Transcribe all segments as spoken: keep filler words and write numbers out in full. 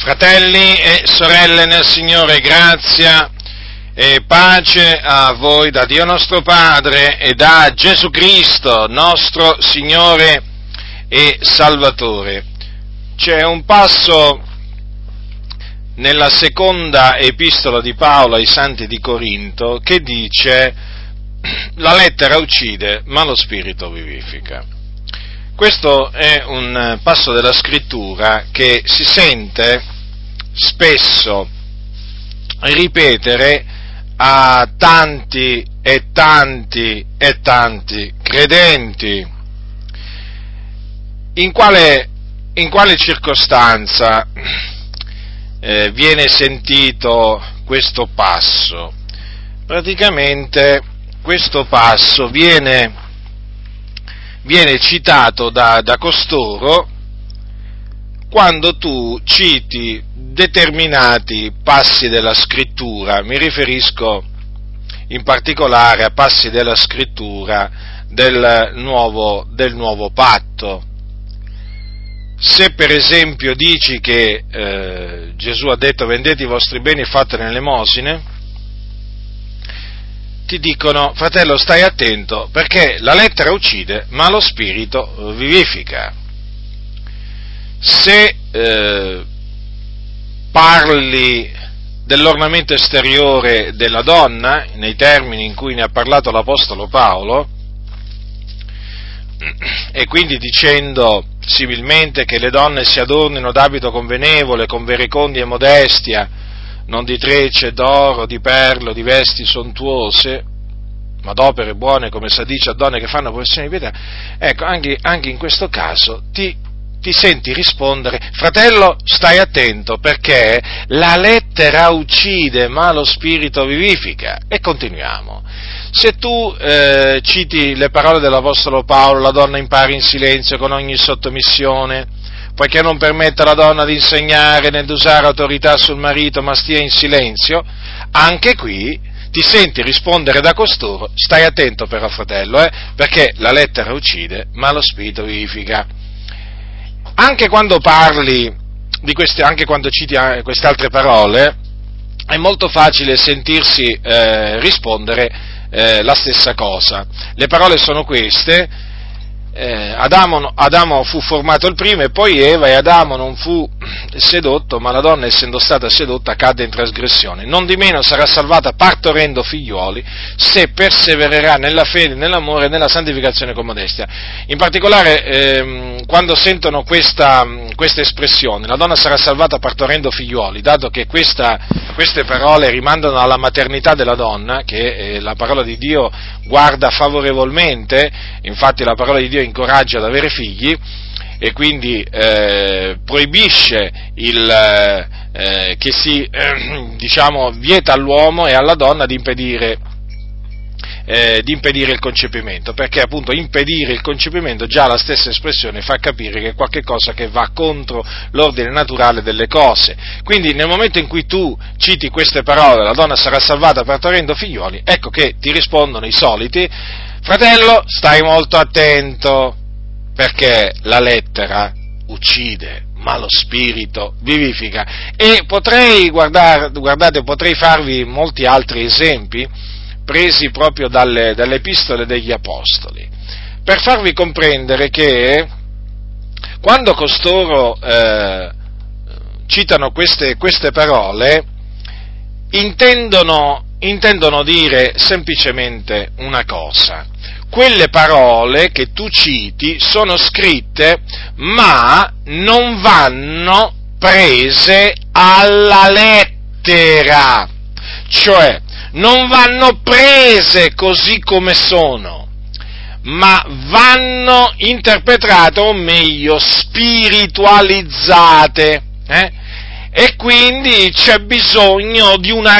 Fratelli e sorelle nel Signore, grazia e pace a voi da Dio nostro Padre e da Gesù Cristo, nostro Signore e Salvatore. C'è un passo nella seconda epistola di Paolo ai Santi di Corinto che dice: la lettera uccide, ma lo spirito vivifica. Questo è un passo della Scrittura che si sente spesso ripetere a tanti e tanti e tanti credenti. In quale, in quale circostanza eh, viene sentito questo passo? Praticamente questo passo viene viene citato da, da costoro quando tu citi determinati passi della Scrittura. Mi riferisco in particolare a passi della Scrittura del nuovo, del nuovo patto. Se per esempio dici che eh, Gesù ha detto: vendete i vostri beni e fatene l'elemosine, ti dicono: fratello, stai attento, perché la lettera uccide, ma lo spirito vivifica. Se eh, parli dell'ornamento esteriore della donna, nei termini in cui ne ha parlato l'Apostolo Paolo, e quindi dicendo similmente che le donne si adornino d'abito convenevole, con verecondia e modestia, non di trecce, d'oro, di perlo, di vesti sontuose, ma d'opere buone, come si dice a donne che fanno professione di pietà. Ecco, anche, anche in questo caso ti, ti senti rispondere: fratello, stai attento, perché la lettera uccide, ma lo spirito vivifica. E continuiamo. Se tu eh, citi le parole dell'Apostolo Paolo: la donna impari in silenzio con ogni sottomissione, poiché non permette alla donna di insegnare né di usare autorità sul marito, ma stia in silenzio, anche qui ti senti rispondere da costoro: stai attento però, fratello, eh, perché la lettera uccide, ma lo spirito vivifica. Anche quando parli di queste, anche quando citi queste altre parole, è molto facile sentirsi eh, rispondere eh, la stessa cosa. Le parole sono queste: Eh, Adamo, Adamo fu formato il primo e poi Eva, e Adamo non fu sedotto, ma la donna, essendo stata sedotta, cadde in trasgressione. Non di meno sarà salvata partorendo figliuoli, se persevererà nella fede, nell'amore e nella santificazione con modestia. In particolare, ehm, quando sentono questa, questa espressione, la donna sarà salvata partorendo figliuoli, dato che questa, queste parole rimandano alla maternità della donna, che eh, la parola di Dio guarda favorevolmente. Infatti la parola di Dio incoraggia ad avere figli, e quindi eh, proibisce il eh, che si eh, diciamo vieta all'uomo e alla donna di impedire eh, di impedire il concepimento, perché appunto impedire il concepimento, già la stessa espressione fa capire che è qualche cosa che va contro l'ordine naturale delle cose. Quindi nel momento in cui tu citi queste parole: la donna sarà salvata partorendo figlioli, ecco che ti rispondono i soliti: fratello, stai molto attento, perché la lettera uccide, ma lo spirito vivifica. E potrei, guardare, guardate, potrei farvi molti altri esempi, presi proprio dalle, dalle epistole degli apostoli, per farvi comprendere che quando costoro eh, citano queste, queste parole, intendono, intendono dire semplicemente una cosa: quelle parole che tu citi sono scritte, ma non vanno prese alla lettera, cioè non vanno prese così come sono, ma vanno interpretate, o meglio spiritualizzate, eh? E quindi c'è bisogno di una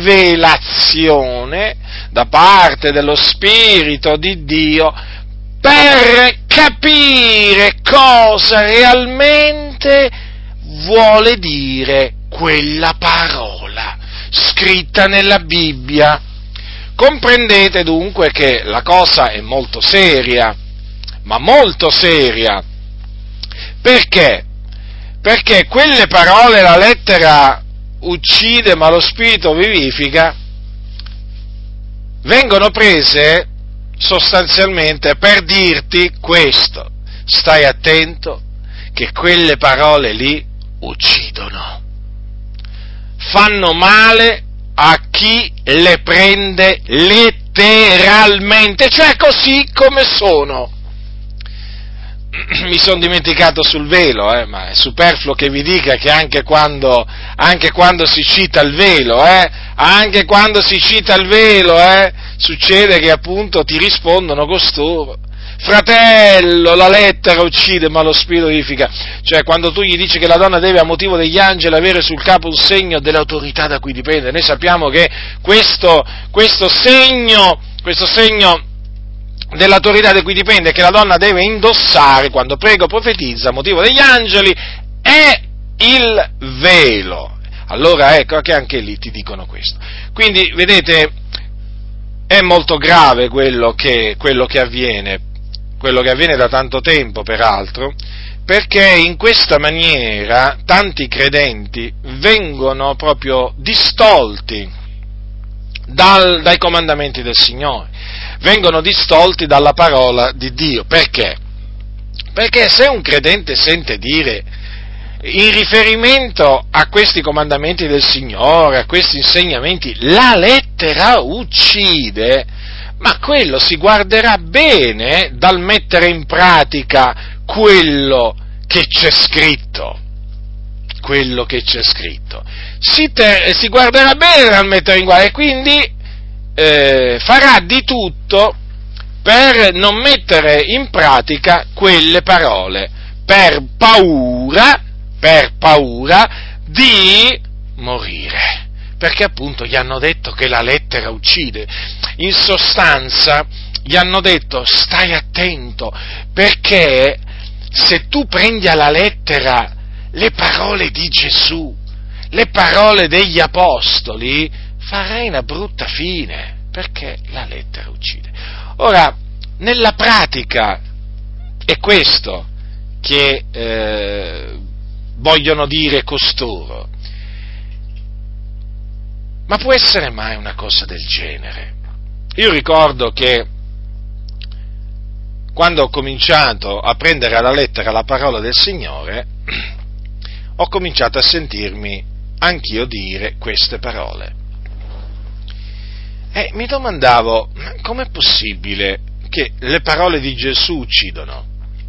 rivelazione da parte dello Spirito di Dio per capire cosa realmente vuole dire quella parola scritta nella Bibbia. Comprendete dunque che la cosa è molto seria, ma molto seria. Perché? perché quelle parole, la lettera uccide ma lo spirito vivifica, vengono prese sostanzialmente per dirti questo: stai attento che quelle parole lì uccidono, fanno male a chi le prende letteralmente, cioè così come sono. Mi sono dimenticato sul velo, eh, ma è superfluo che vi dica che anche quando, anche quando si cita il velo, eh, anche quando si cita il velo, eh, succede che appunto ti rispondono costoro: fratello, la lettera uccide ma lo spirito vivifica. Cioè, quando tu gli dici che la donna deve, a motivo degli angeli, avere sul capo un segno dell'autorità da cui dipende, noi sappiamo che questo, questo segno, questo segno dell'autorità da cui dipende, che la donna deve indossare quando prega o profetizza a motivo degli angeli, è il velo. Allora ecco che anche lì ti dicono questo. Quindi, vedete, è molto grave quello che, quello che avviene, quello che avviene da tanto tempo, peraltro, perché in questa maniera tanti credenti vengono proprio distolti dal, dai comandamenti del Signore, vengono distolti dalla parola di Dio. Perché? Perché se un credente sente dire, in riferimento a questi comandamenti del Signore, a questi insegnamenti, la lettera uccide, ma quello si guarderà bene dal mettere in pratica quello che c'è scritto. Quello che c'è scritto. Si, te, si guarderà bene dal mettere in guardia, e quindi eh, farà di tutto per non mettere in pratica quelle parole, per paura, per paura di morire, perché appunto gli hanno detto che la lettera uccide. In sostanza gli hanno detto: stai attento, perché se tu prendi alla lettera le parole di Gesù, le parole degli apostoli, farai una brutta fine, perché la lettera uccide. Ora, nella pratica è questo che eh, vogliono dire costoro. Ma può essere mai una cosa del genere? Io ricordo che quando ho cominciato a prendere alla lettera la parola del Signore, ho cominciato a sentirmi anch'io dire queste parole. E mi domandavo: com'è possibile che le parole di Gesù uccidono?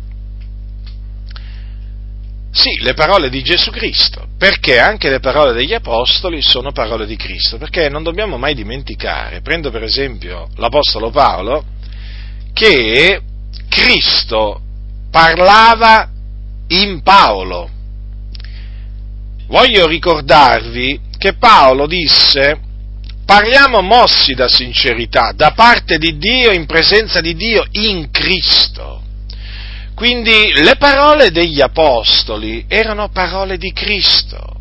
Sì, le parole di Gesù Cristo, perché anche le parole degli Apostoli sono parole di Cristo, perché non dobbiamo mai dimenticare, prendo per esempio l'Apostolo Paolo, che Cristo parlava in Paolo. Voglio ricordarvi che Paolo disse: parliamo mossi da sincerità, da parte di Dio, in presenza di Dio, in Cristo. Quindi le parole degli Apostoli erano parole di Cristo.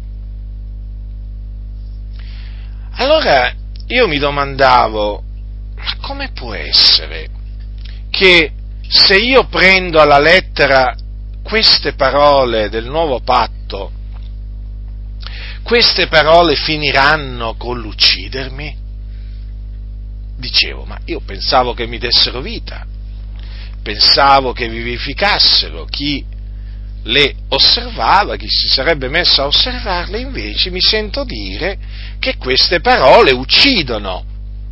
Allora io mi domandavo: ma come può essere che se io prendo alla lettera queste parole del nuovo patto, queste parole finiranno con l'uccidermi? Dicevo, ma io pensavo che mi dessero vita, pensavo che vivificassero chi le osservava, chi si sarebbe messo a osservarle, invece mi sento dire che queste parole uccidono.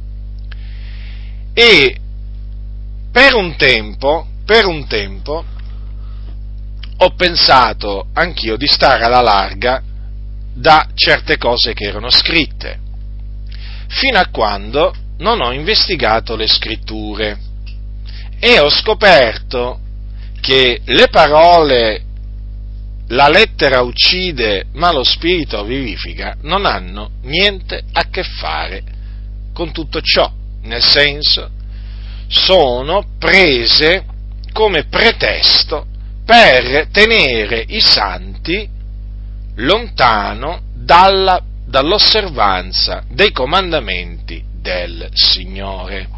E per un tempo, per un tempo, ho pensato anch'io di stare alla larga da certe cose che erano scritte, fino a quando non ho investigato le scritture e ho scoperto che le parole "la lettera uccide ma lo spirito vivifica" non hanno niente a che fare con tutto ciò, nel senso, sono prese come pretesto per tenere i santi lontano dalla, dall'osservanza dei comandamenti del Signore.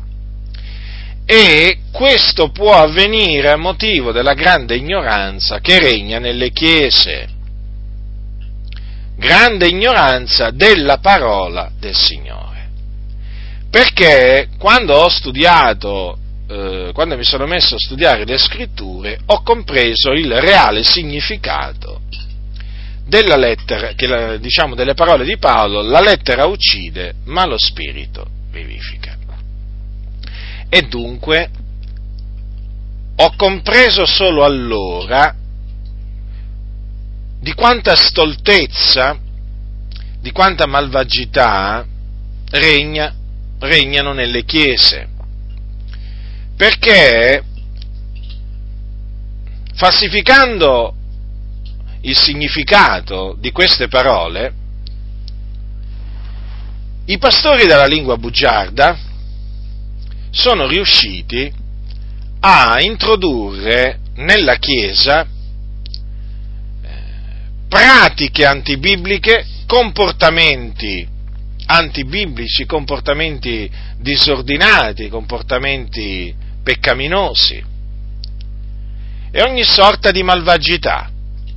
E questo può avvenire a motivo della grande ignoranza che regna nelle chiese. grande ignoranza della parola del Signore. Perché quando ho studiato, eh, quando mi sono messo a studiare le Scritture, ho compreso il reale significato della lettera, che la, diciamo delle parole di Paolo: la lettera uccide, ma lo spirito vivifica. E dunque ho compreso solo allora di quanta stoltezza, di quanta malvagità regna, regnano nelle chiese, perché falsificando il significato di queste parole, i pastori della lingua bugiarda sono riusciti a introdurre nella Chiesa pratiche antibibliche, comportamenti antibiblici, comportamenti disordinati, comportamenti peccaminosi e ogni sorta di malvagità,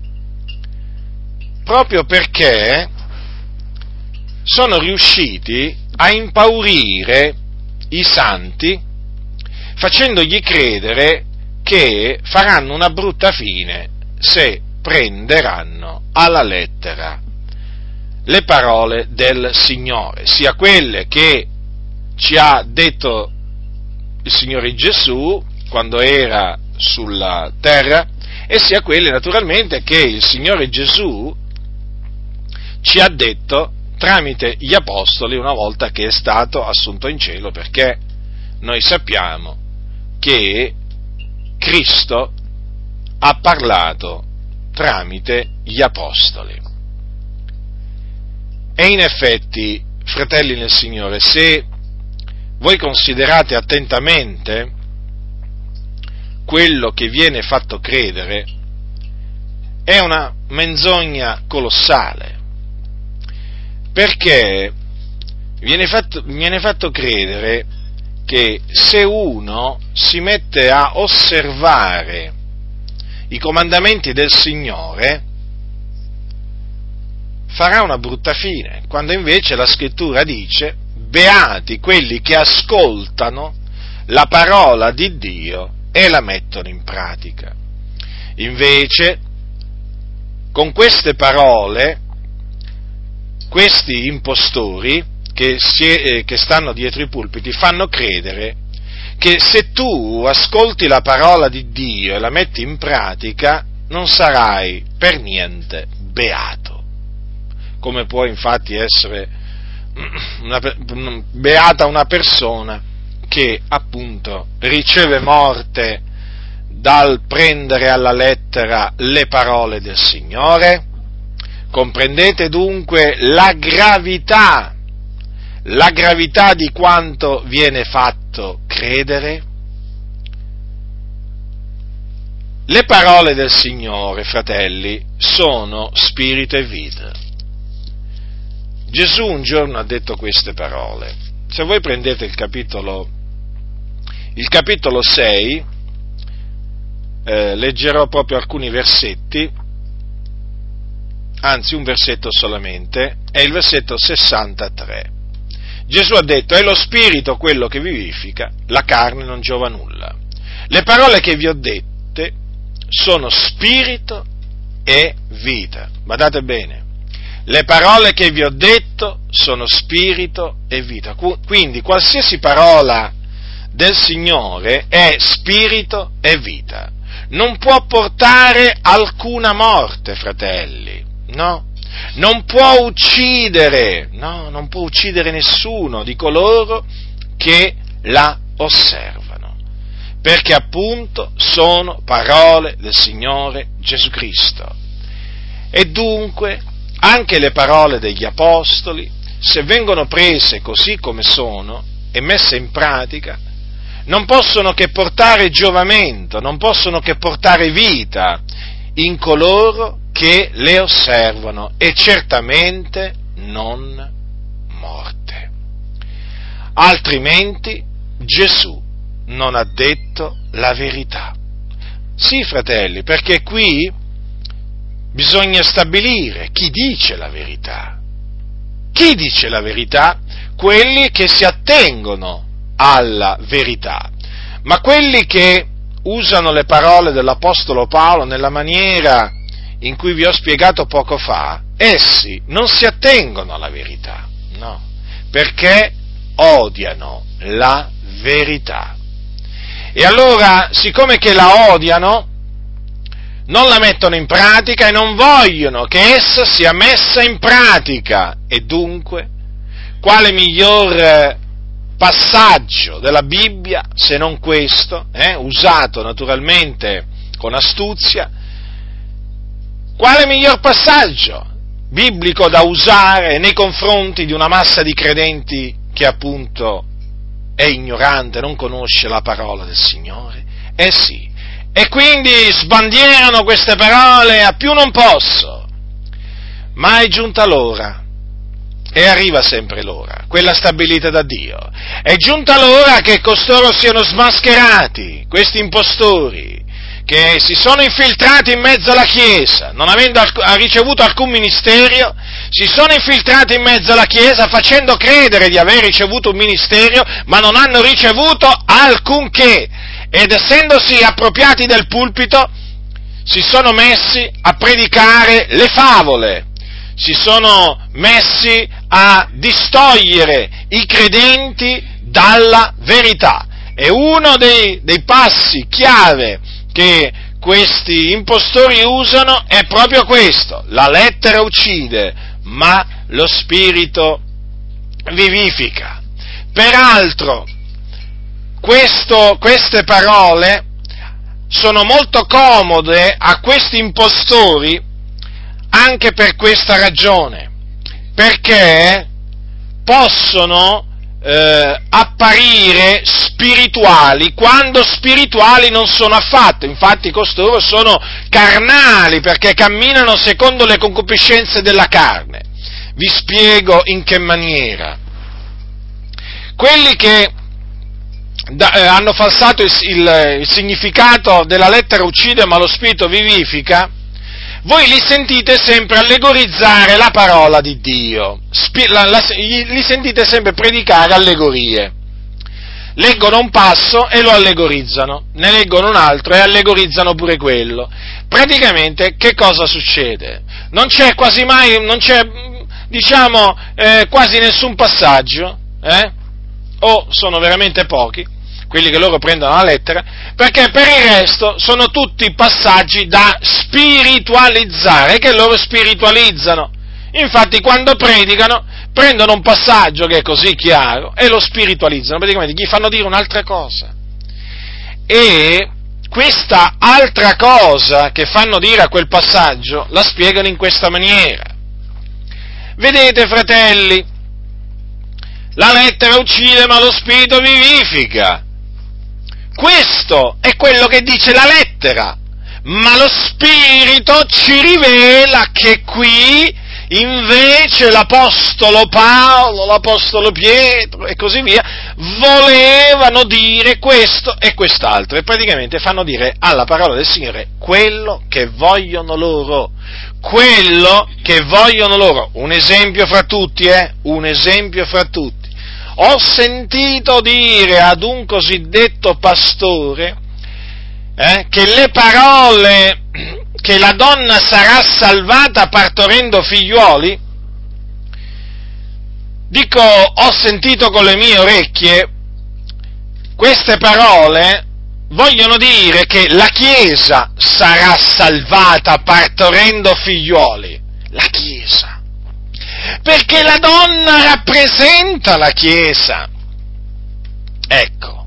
proprio perché sono riusciti a impaurire i santi, facendogli credere che faranno una brutta fine se prenderanno alla lettera le parole del Signore, sia quelle che ci ha detto il Signore Gesù quando era sulla terra, e sia quelle naturalmente che il Signore Gesù ci ha detto tramite gli apostoli una volta che è stato assunto in cielo, perché noi sappiamo che Cristo ha parlato tramite gli apostoli. E in effetti, fratelli nel Signore, se voi considerate attentamente quello che viene fatto credere, è una menzogna colossale, perché viene fatto, viene fatto credere che se uno si mette a osservare i comandamenti del Signore farà una brutta fine, quando invece la Scrittura dice: beati quelli che ascoltano la parola di Dio e la mettono in pratica. Invece, con queste parole, questi impostori che, si, eh, che stanno dietro i pulpiti fanno credere che se tu ascolti la parola di Dio e la metti in pratica non sarai per niente beato. Come può infatti essere una, beata una persona che appunto riceve morte dal prendere alla lettera le parole del Signore? Comprendete dunque la gravità, la gravità di quanto viene fatto credere? Le parole del Signore, fratelli, sono spirito e vita. Gesù un giorno ha detto queste parole. Se voi prendete il capitolo, il capitolo sei, eh, leggerò proprio alcuni versetti, anzi un versetto solamente, è il versetto sessantatré. Gesù ha detto: è lo spirito quello che vivifica, la carne non giova nulla. Le parole che vi ho dette sono spirito e vita. Badate bene. Le parole che vi ho detto sono spirito e vita. Quindi qualsiasi parola del Signore è spirito e vita. Non può portare alcuna morte, fratelli, no? Non può uccidere, no? Non può uccidere nessuno di coloro che la osservano, perché appunto sono parole del Signore Gesù Cristo. E dunque anche le parole degli apostoli, se vengono prese così come sono e messe in pratica, non possono che portare giovamento, non possono che portare vita in coloro che le osservano, e certamente non morte. Altrimenti Gesù non ha detto la verità. Sì, fratelli, perché qui bisogna stabilire chi dice la verità. Chi dice la verità? Quelli che si attengono alla verità, ma quelli che usano le parole dell'Apostolo Paolo nella maniera in cui vi ho spiegato poco fa, essi non si attengono alla verità, no, perché odiano la verità. E allora, siccome che la odiano, non la mettono in pratica e non vogliono che essa sia messa in pratica. E dunque, quale miglior passaggio della Bibbia, se non questo, eh, usato naturalmente con astuzia, quale miglior passaggio biblico da usare nei confronti di una massa di credenti che appunto è ignorante, non conosce la parola del Signore? Eh sì, e quindi sbandierano queste parole a più non posso, ma è giunta l'ora. E arriva sempre l'ora, quella stabilita da Dio. È giunta l'ora che costoro siano smascherati, questi impostori, che si sono infiltrati in mezzo alla Chiesa, non avendo ricevuto alcun ministero, si sono infiltrati in mezzo alla Chiesa facendo credere di aver ricevuto un ministero, ma non hanno ricevuto alcunché. Ed essendosi appropriati del pulpito, si sono messi a predicare le favole, si sono messi a distogliere i credenti dalla verità. E uno dei, dei passi chiave che questi impostori usano è proprio questo: la lettera uccide, ma lo spirito vivifica. Peraltro, questo, queste parole sono molto comode a questi impostori anche per questa ragione, perché possono eh, apparire spirituali quando spirituali non sono affatto. Infatti costoro sono carnali perché camminano secondo le concupiscenze della carne. Vi spiego in che maniera. Quelli che da, eh, hanno falsato il, il, il significato della lettera uccide ma lo spirito vivifica, voi li sentite sempre allegorizzare la parola di Dio, Spi- la, la, li sentite sempre predicare allegorie. Leggono un passo e lo allegorizzano, ne leggono un altro e allegorizzano pure quello. Praticamente che cosa succede? Non c'è quasi mai, non c'è, diciamo, eh, quasi nessun passaggio, eh? O sono veramente pochi quelli che loro prendono la lettera, perché per il resto sono tutti passaggi da spiritualizzare, che loro spiritualizzano. Infatti quando predicano, prendono un passaggio che è così chiaro e lo spiritualizzano, praticamente gli fanno dire un'altra cosa. E questa altra cosa che fanno dire a quel passaggio, la spiegano in questa maniera. Vedete, fratelli, la lettera uccide ma lo spirito vivifica. Questo è quello che dice la lettera, ma lo Spirito ci rivela che qui invece l'Apostolo Paolo, l'Apostolo Pietro e così via volevano dire questo e quest'altro, e praticamente fanno dire alla parola del Signore quello che vogliono loro, quello che vogliono loro. Un esempio fra tutti, eh? Un esempio fra tutti. Ho sentito dire ad un cosiddetto pastore eh, che le parole che la donna sarà salvata partorendo figliuoli, dico, ho sentito con le mie orecchie, queste parole vogliono dire che la Chiesa sarà salvata partorendo figliuoli, la Chiesa. Perché la donna rappresenta la Chiesa. Ecco,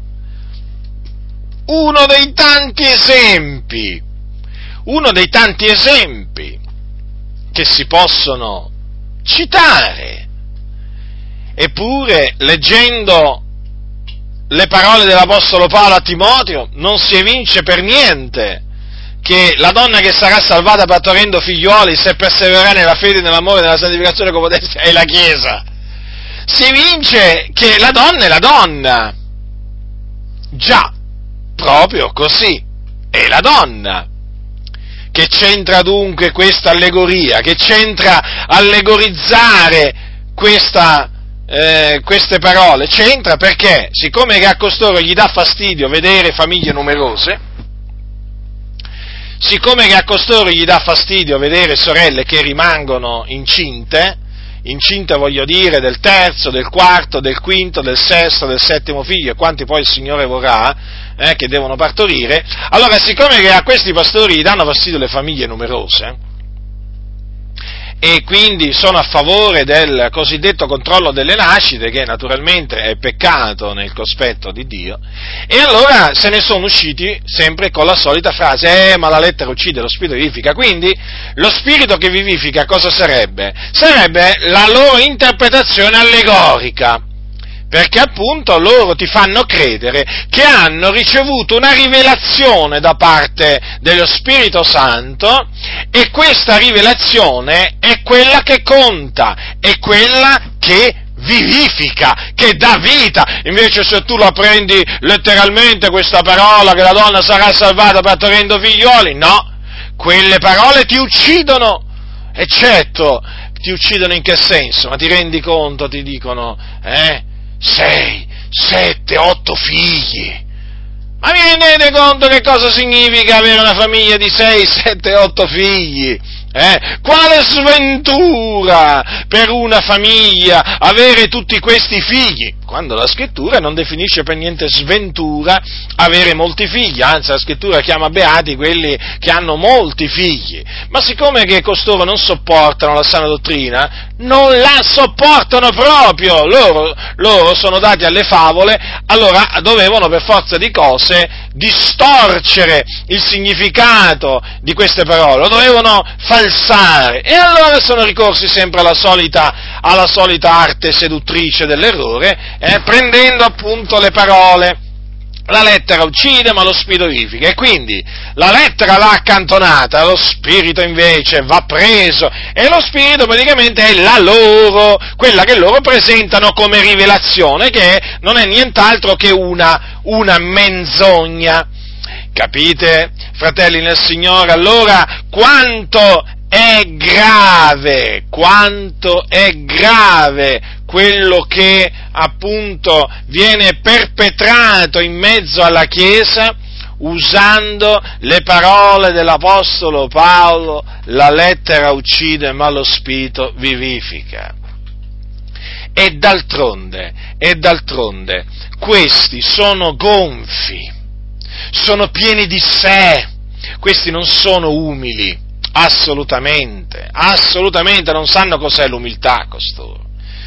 uno dei tanti esempi, uno dei tanti esempi che si possono citare. Eppure, leggendo le parole dell'Apostolo Paolo a Timoteo, non si evince per niente che la donna che sarà salvata partorendo figlioli, se persevererà nella fede, nell'amore, nella santificazione come potesse, è la Chiesa. Si evince che la donna è la donna. Già, proprio così, è la donna. Che c'entra dunque questa allegoria? Che c'entra allegorizzare questa, eh, queste parole? C'entra perché, siccome che a costoro gli dà fastidio vedere famiglie numerose, siccome che a costoro gli dà fastidio vedere sorelle che rimangono incinte, incinte voglio dire del terzo, del quarto, del quinto, del sesto, del settimo figlio e quanti poi il Signore vorrà, eh, che devono partorire, allora siccome che a questi pastori gli danno fastidio le famiglie numerose, e quindi sono a favore del cosiddetto controllo delle nascite, che naturalmente è peccato nel cospetto di Dio, e allora se ne sono usciti sempre con la solita frase, eh, ma la lettera uccide, lo spirito vivifica. Quindi lo spirito che vivifica cosa sarebbe? Sarebbe la loro interpretazione allegorica, perché appunto loro ti fanno credere che hanno ricevuto una rivelazione da parte dello Spirito Santo, e questa rivelazione è quella che conta, è quella che vivifica, che dà vita. Invece se tu la prendi letteralmente questa parola, che la donna sarà salvata partorendo figlioli, no, quelle parole ti uccidono, eccetto, ti uccidono in che senso? Ma ti rendi conto, ti dicono, eh? Sei, sette, otto figli. Ma vi rendete conto che cosa significa avere una famiglia di sei, sette, otto figli? Eh? Quale sventura per una famiglia avere tutti questi figli, quando la Scrittura non definisce per niente sventura avere molti figli, anzi la Scrittura chiama beati quelli che hanno molti figli. Ma siccome che costoro non sopportano la sana dottrina, non la sopportano proprio, loro, loro sono dati alle favole, allora dovevano per forza di cose distorcere il significato di queste parole, lo dovevano falsare, e allora sono ricorsi sempre alla solita, alla solita arte seduttrice dell'errore, eh, prendendo appunto le parole. La lettera uccide, ma lo spirito vivifica, e quindi la lettera va accantonata, lo spirito invece va preso, e lo spirito praticamente è la loro, quella che loro presentano come rivelazione, che non è nient'altro che una, una menzogna. Capite, fratelli nel Signore? Allora, quanto è grave, quanto è grave quello che appunto viene perpetrato in mezzo alla Chiesa usando le parole dell'Apostolo Paolo, la lettera uccide ma lo spirito vivifica. E d'altronde, e d'altronde, questi sono gonfi, sono pieni di sé, questi non sono umili, assolutamente, assolutamente non sanno cos'è l'umiltà costoro.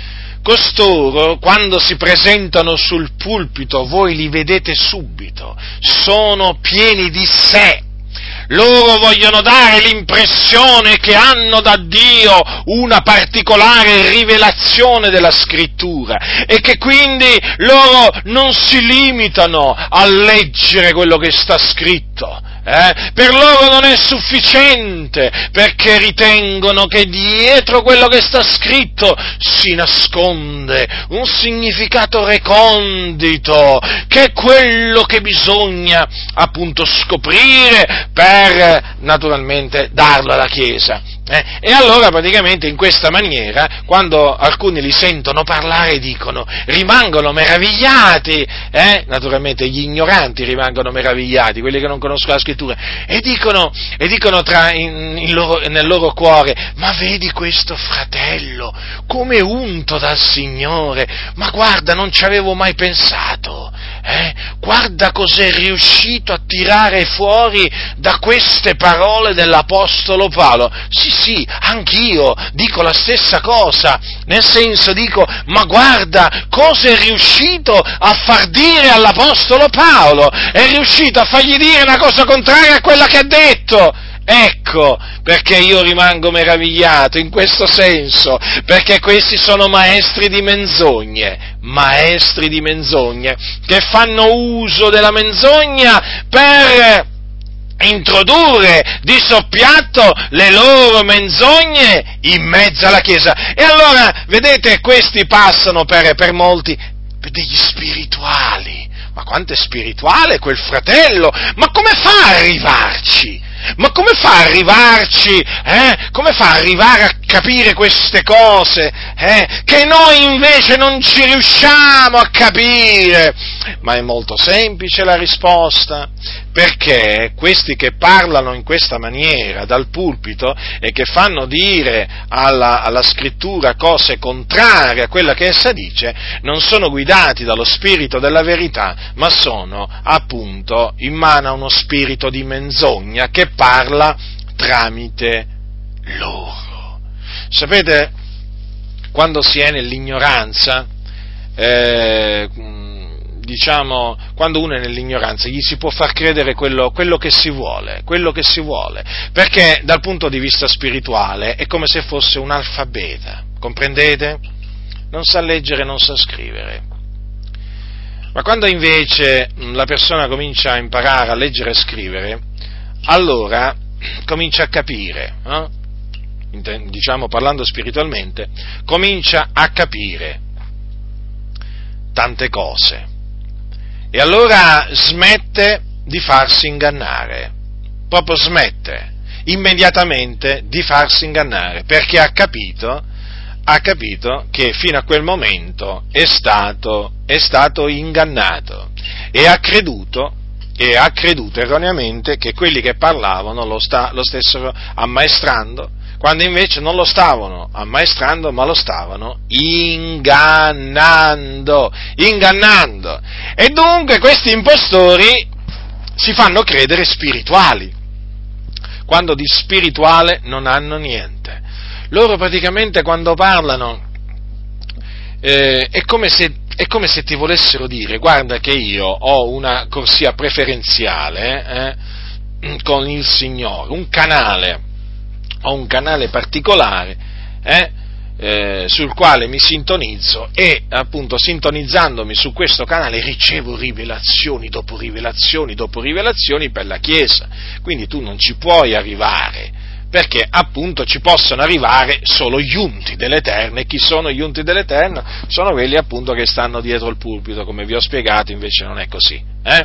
Costoro, quando si presentano sul pulpito, voi li vedete subito, sono pieni di sé. Loro vogliono dare l'impressione che hanno da Dio una particolare rivelazione della Scrittura, e che quindi loro non si limitano a leggere quello che sta scritto. Eh? Per loro non è sufficiente, perché ritengono che dietro quello che sta scritto si nasconde un significato recondito, che è quello che bisogna appunto scoprire per naturalmente darlo alla Chiesa. Eh? E allora praticamente in questa maniera, quando alcuni li sentono parlare, dicono, rimangono meravigliati, eh? Naturalmente gli ignoranti rimangono meravigliati, quelli che non conoscono la Scrittura, e dicono, e dicono tra, in, in loro, nel loro cuore, ma vedi questo fratello, come unto dal Signore, ma guarda, non ci avevo mai pensato, eh? Guarda cos'è riuscito a tirare fuori da queste parole dell'Apostolo Paolo. Sì, sì, anch'io dico la stessa cosa, nel senso dico, ma guarda cosa è riuscito a far dire all'Apostolo Paolo, è riuscito a fargli dire una cosa contraria a quella che ha detto. Ecco perché io rimango meravigliato in questo senso, perché questi sono maestri di menzogne, maestri di menzogne, che fanno uso della menzogna per introdurre di soppiatto le loro menzogne in mezzo alla Chiesa. E allora, vedete, questi passano per, per molti per degli spirituali. Ma quanto è spirituale quel fratello? Ma come fa a arrivarci? Ma come fa a arrivarci, eh? Come fa a arrivare a capire queste cose, eh? Che noi invece non ci riusciamo a capire? Ma è molto semplice la risposta, perché questi che parlano in questa maniera dal pulpito e che fanno dire alla, alla scrittura cose contrarie a quella che essa dice, non sono guidati dallo spirito della verità, ma sono appunto in mano a uno spirito di menzogna che parla tramite loro. Sapete, quando si è nell'ignoranza, eh, diciamo, quando uno è nell'ignoranza, gli si può far credere quello, quello che si vuole, quello che si vuole, perché dal punto di vista spirituale è come se fosse un analfabeta, comprendete? Non sa leggere, non sa scrivere. Ma quando invece la persona comincia a imparare a leggere e scrivere, allora comincia a capire, eh? diciamo parlando spiritualmente, comincia a capire tante cose e allora smette di farsi ingannare, proprio smette immediatamente di farsi ingannare, perché ha capito, ha capito che fino a quel momento è stato, è stato ingannato e ha creduto e ha creduto erroneamente che quelli che parlavano lo, sta, lo stessero ammaestrando, quando invece non lo stavano ammaestrando, ma lo stavano ingannando, ingannando. E dunque questi impostori si fanno credere spirituali, quando di spirituale non hanno niente. Loro praticamente quando parlano eh, è come se È come se ti volessero dire: guarda che io ho una corsia preferenziale eh, con il Signore, un canale, ho un canale particolare eh, eh, sul quale mi sintonizzo e appunto sintonizzandomi su questo canale ricevo rivelazioni dopo rivelazioni dopo rivelazioni per la Chiesa. Quindi tu non ci puoi arrivare, perché appunto ci possono arrivare solo gli unti dell'Eterno. E chi sono gli unti dell'Eterno? Sono quelli appunto che stanno dietro il pulpito, come vi ho spiegato. Invece non è così. Eh?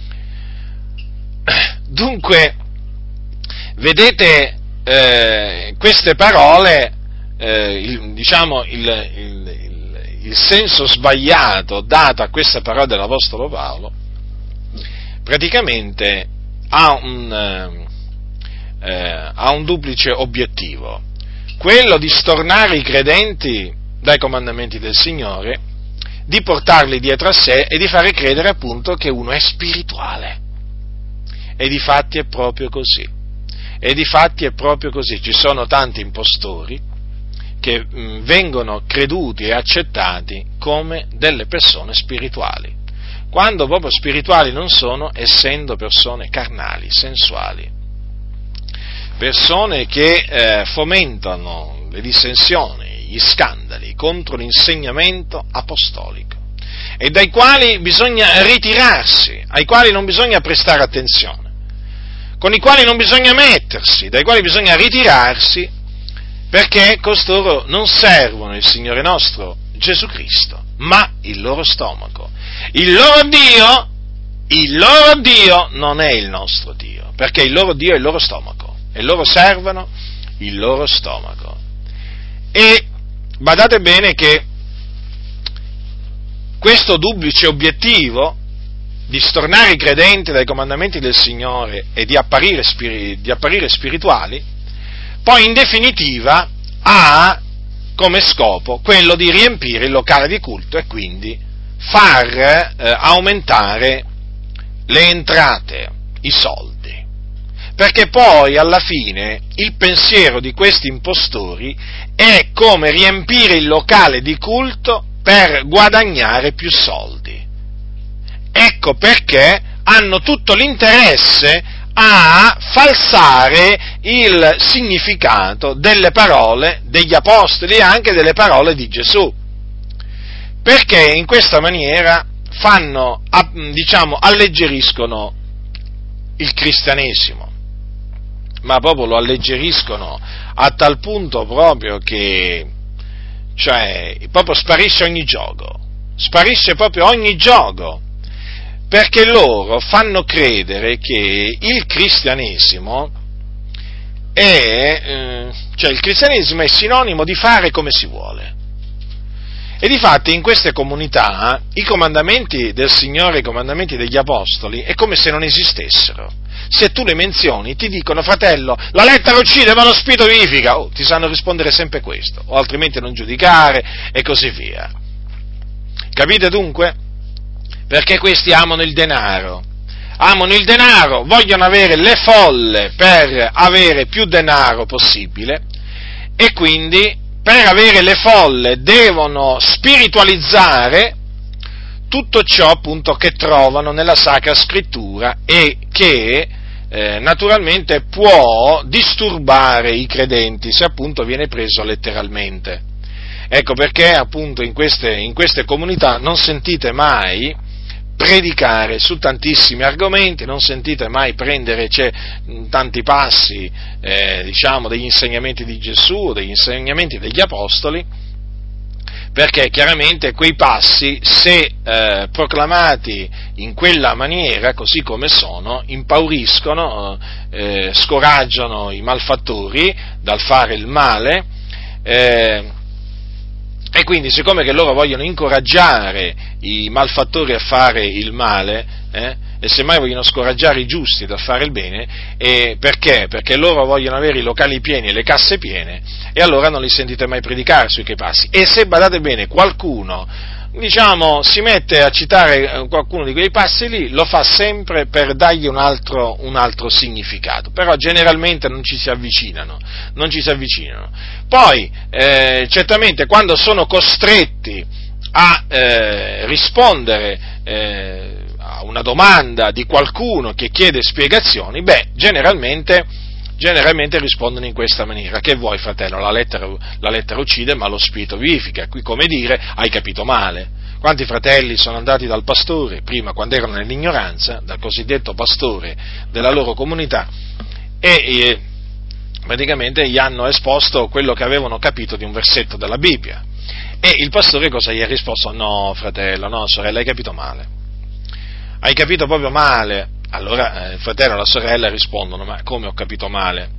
Dunque, vedete, eh, queste parole, eh, il, diciamo, il, il, il, il senso sbagliato dato a queste parole dell'Apostolo Paolo, praticamente ha un... Eh, ha un duplice obiettivo, quello di stornare i credenti dai comandamenti del Signore, di portarli dietro a sé e di fare credere appunto che uno è spirituale. E difatti è proprio così. E difatti è proprio così. Ci sono tanti impostori che mh, vengono creduti e accettati come delle persone spirituali, quando proprio spirituali non sono, essendo persone carnali, sensuali. Persone che eh, fomentano le dissensioni, gli scandali contro l'insegnamento apostolico e dai quali bisogna ritirarsi, ai quali non bisogna prestare attenzione, con i quali non bisogna mettersi, dai quali bisogna ritirarsi, perché costoro non servono il Signore nostro Gesù Cristo, ma il loro stomaco. Il loro Dio, il loro Dio non è il nostro Dio, perché il loro Dio è il loro stomaco. E loro servono il loro stomaco. E badate bene che questo duplice obiettivo di stornare i credenti dai comandamenti del Signore e di apparire, spiri, di apparire spirituali, poi in definitiva ha come scopo quello di riempire il locale di culto e quindi far eh, aumentare le entrate, i soldi. Perché poi alla fine il pensiero di questi impostori è come riempire il locale di culto per guadagnare più soldi. Ecco perché hanno tutto l'interesse a falsare il significato delle parole degli apostoli e anche delle parole di Gesù. Perché in questa maniera fanno, diciamo, alleggeriscono il cristianesimo. Ma proprio lo alleggeriscono a tal punto proprio che, cioè, proprio sparisce ogni gioco, sparisce proprio ogni gioco, perché loro fanno credere che il cristianesimo è, eh, cioè il cristianesimo è sinonimo di fare come si vuole. E difatti in queste comunità i comandamenti del Signore, i comandamenti degli Apostoli, è come se non esistessero. Se tu le menzioni, ti dicono: fratello, la lettera uccide ma lo spirito vivifica. Oh, ti sanno rispondere sempre questo, o altrimenti non giudicare, e così via. Capite dunque? Perché questi amano il denaro. Amano il denaro, vogliono avere le folle per avere più denaro possibile, e quindi per avere le folle devono spiritualizzare tutto ciò appunto che trovano nella Sacra Scrittura e che eh, naturalmente può disturbare i credenti se appunto viene preso letteralmente. Ecco perché appunto in queste, in queste comunità non sentite mai predicare su tantissimi argomenti, non sentite mai prendere cioè, tanti passi, eh, diciamo, degli insegnamenti di Gesù, degli insegnamenti degli Apostoli, perché chiaramente quei passi, se eh, proclamati in quella maniera, così come sono, impauriscono, eh, scoraggiano i malfattori dal fare il male, eh, e quindi, siccome che loro vogliono incoraggiare i malfattori a fare il male, eh, e semmai vogliono scoraggiare i giusti dal fare il bene, e perché? Perché loro vogliono avere i locali pieni e le casse piene, e allora non li sentite mai predicare sui quei passi. E se, badate bene, qualcuno, diciamo, si mette a citare qualcuno di quei passi lì, lo fa sempre per dargli un altro, un altro significato, però generalmente non ci si avvicinano, non ci si avvicinano. Poi, eh, certamente, quando sono costretti a eh, rispondere eh, a una domanda di qualcuno che chiede spiegazioni, beh, generalmente, generalmente rispondono in questa maniera: che vuoi, fratello, la lettera, la lettera uccide ma lo spirito vivifica. Qui, come dire, hai capito male. Quanti fratelli sono andati dal pastore, prima quando erano nell'ignoranza, dal cosiddetto pastore della loro comunità, e eh, praticamente gli hanno esposto quello che avevano capito di un versetto della Bibbia. E il pastore cosa gli ha risposto? No, fratello, no, sorella, hai capito male. Hai capito proprio male. Allora eh, il fratello e la sorella rispondono: ma come ho capito male?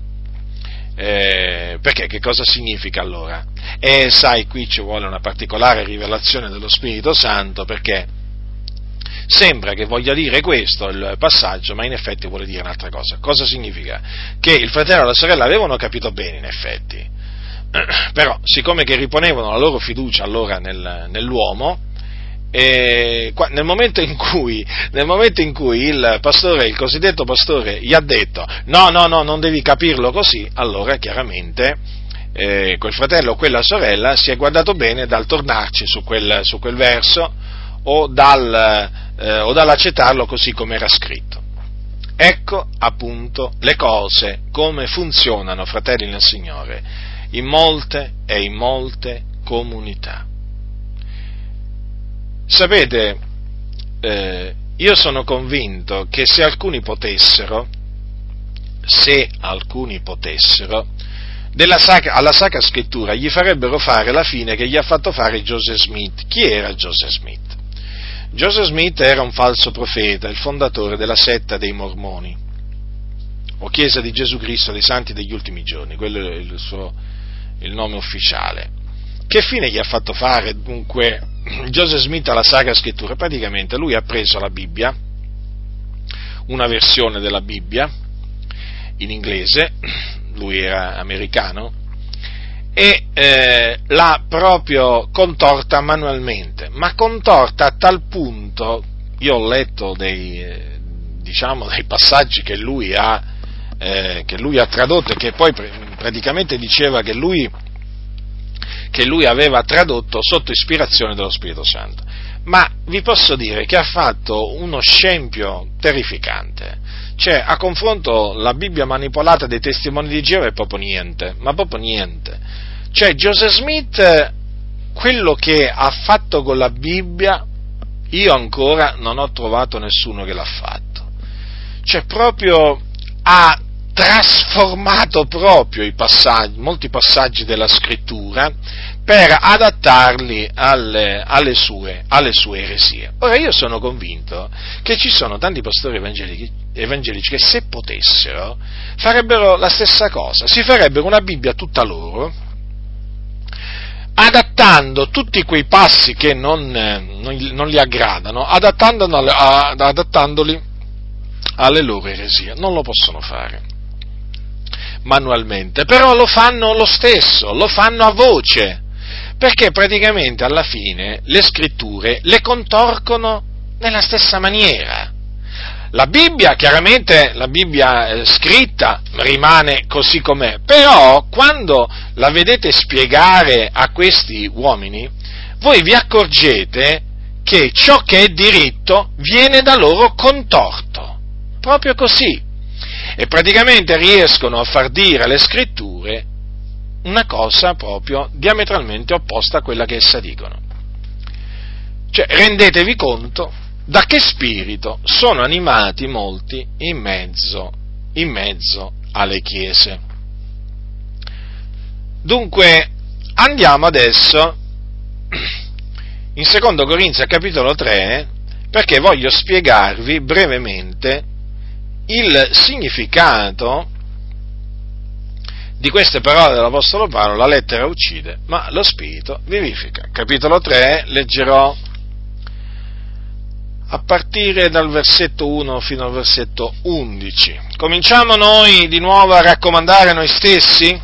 Eh, perché? Che cosa significa allora? E sai, qui ci vuole una particolare rivelazione dello Spirito Santo, perché sembra che voglia dire questo il passaggio, ma in effetti vuole dire un'altra cosa. Cosa significa? Che il fratello e la sorella avevano capito bene, in effetti, però siccome che riponevano la loro fiducia allora nel, nell'uomo, e nel momento in cui nel momento in cui il pastore, il cosiddetto pastore, gli ha detto no, no, no, non devi capirlo così, allora chiaramente eh, quel fratello o quella sorella si è guardato bene dal tornarci su quel, su quel verso o, dal, eh, o dall'accettarlo così come era scritto. Ecco appunto le cose come funzionano, fratelli nel Signore, in molte e in molte comunità. Sapete, eh, io sono convinto che se alcuni potessero, se alcuni potessero, della sacra, alla Sacra Scrittura gli farebbero fare la fine che gli ha fatto fare Joseph Smith. Chi era Joseph Smith? Joseph Smith era un falso profeta, il fondatore della setta dei Mormoni, o Chiesa di Gesù Cristo dei Santi degli Ultimi Giorni, quello è il suo il nome ufficiale. Che fine gli ha fatto fare dunque Joseph Smith alla Sacra Scrittura? Praticamente lui ha preso la Bibbia, una versione della Bibbia in inglese, lui era americano, e eh, l'ha proprio contorta manualmente, ma contorta a tal punto, io ho letto dei, eh, diciamo, dei passaggi che lui ha, eh, che lui ha tradotto e che poi praticamente diceva che lui che lui aveva tradotto sotto ispirazione dello Spirito Santo. Ma vi posso dire che ha fatto uno scempio terrificante. Cioè, a confronto la Bibbia manipolata dei testimoni di Geova è proprio niente, ma proprio niente. Cioè, Joseph Smith, quello che ha fatto con la Bibbia, io ancora non ho trovato nessuno che l'ha fatto. Cioè, proprio ha trasformato proprio i passaggi, molti passaggi della Scrittura, per adattarli alle, alle, sue, alle sue eresie. Ora, io sono convinto che ci sono tanti pastori evangelici, evangelici che, se potessero, farebbero la stessa cosa, si farebbero una Bibbia tutta loro, adattando tutti quei passi che non, non, non li aggradano, adattandoli, adattandoli alle loro eresie. Non lo possono fare manualmente, però lo fanno lo stesso, lo fanno a voce, perché praticamente alla fine le scritture le contorcono nella stessa maniera. La Bibbia, chiaramente, la Bibbia eh, scritta rimane così com'è, però quando la vedete spiegare a questi uomini, voi vi accorgete che ciò che è diritto viene da loro contorto, proprio così, e praticamente riescono a far dire alle scritture una cosa proprio diametralmente opposta a quella che esse dicono. Cioè, rendetevi conto da che spirito sono animati molti in mezzo, in mezzo alle chiese. Dunque, andiamo adesso in secondo Corinzi capitolo tre, perché voglio spiegarvi brevemente il significato di queste parole dell'Apostolo Paolo: la lettera uccide, ma lo spirito vivifica. Capitolo tre, leggerò a partire dal versetto uno fino al versetto undici. Cominciamo noi di nuovo a raccomandare noi stessi?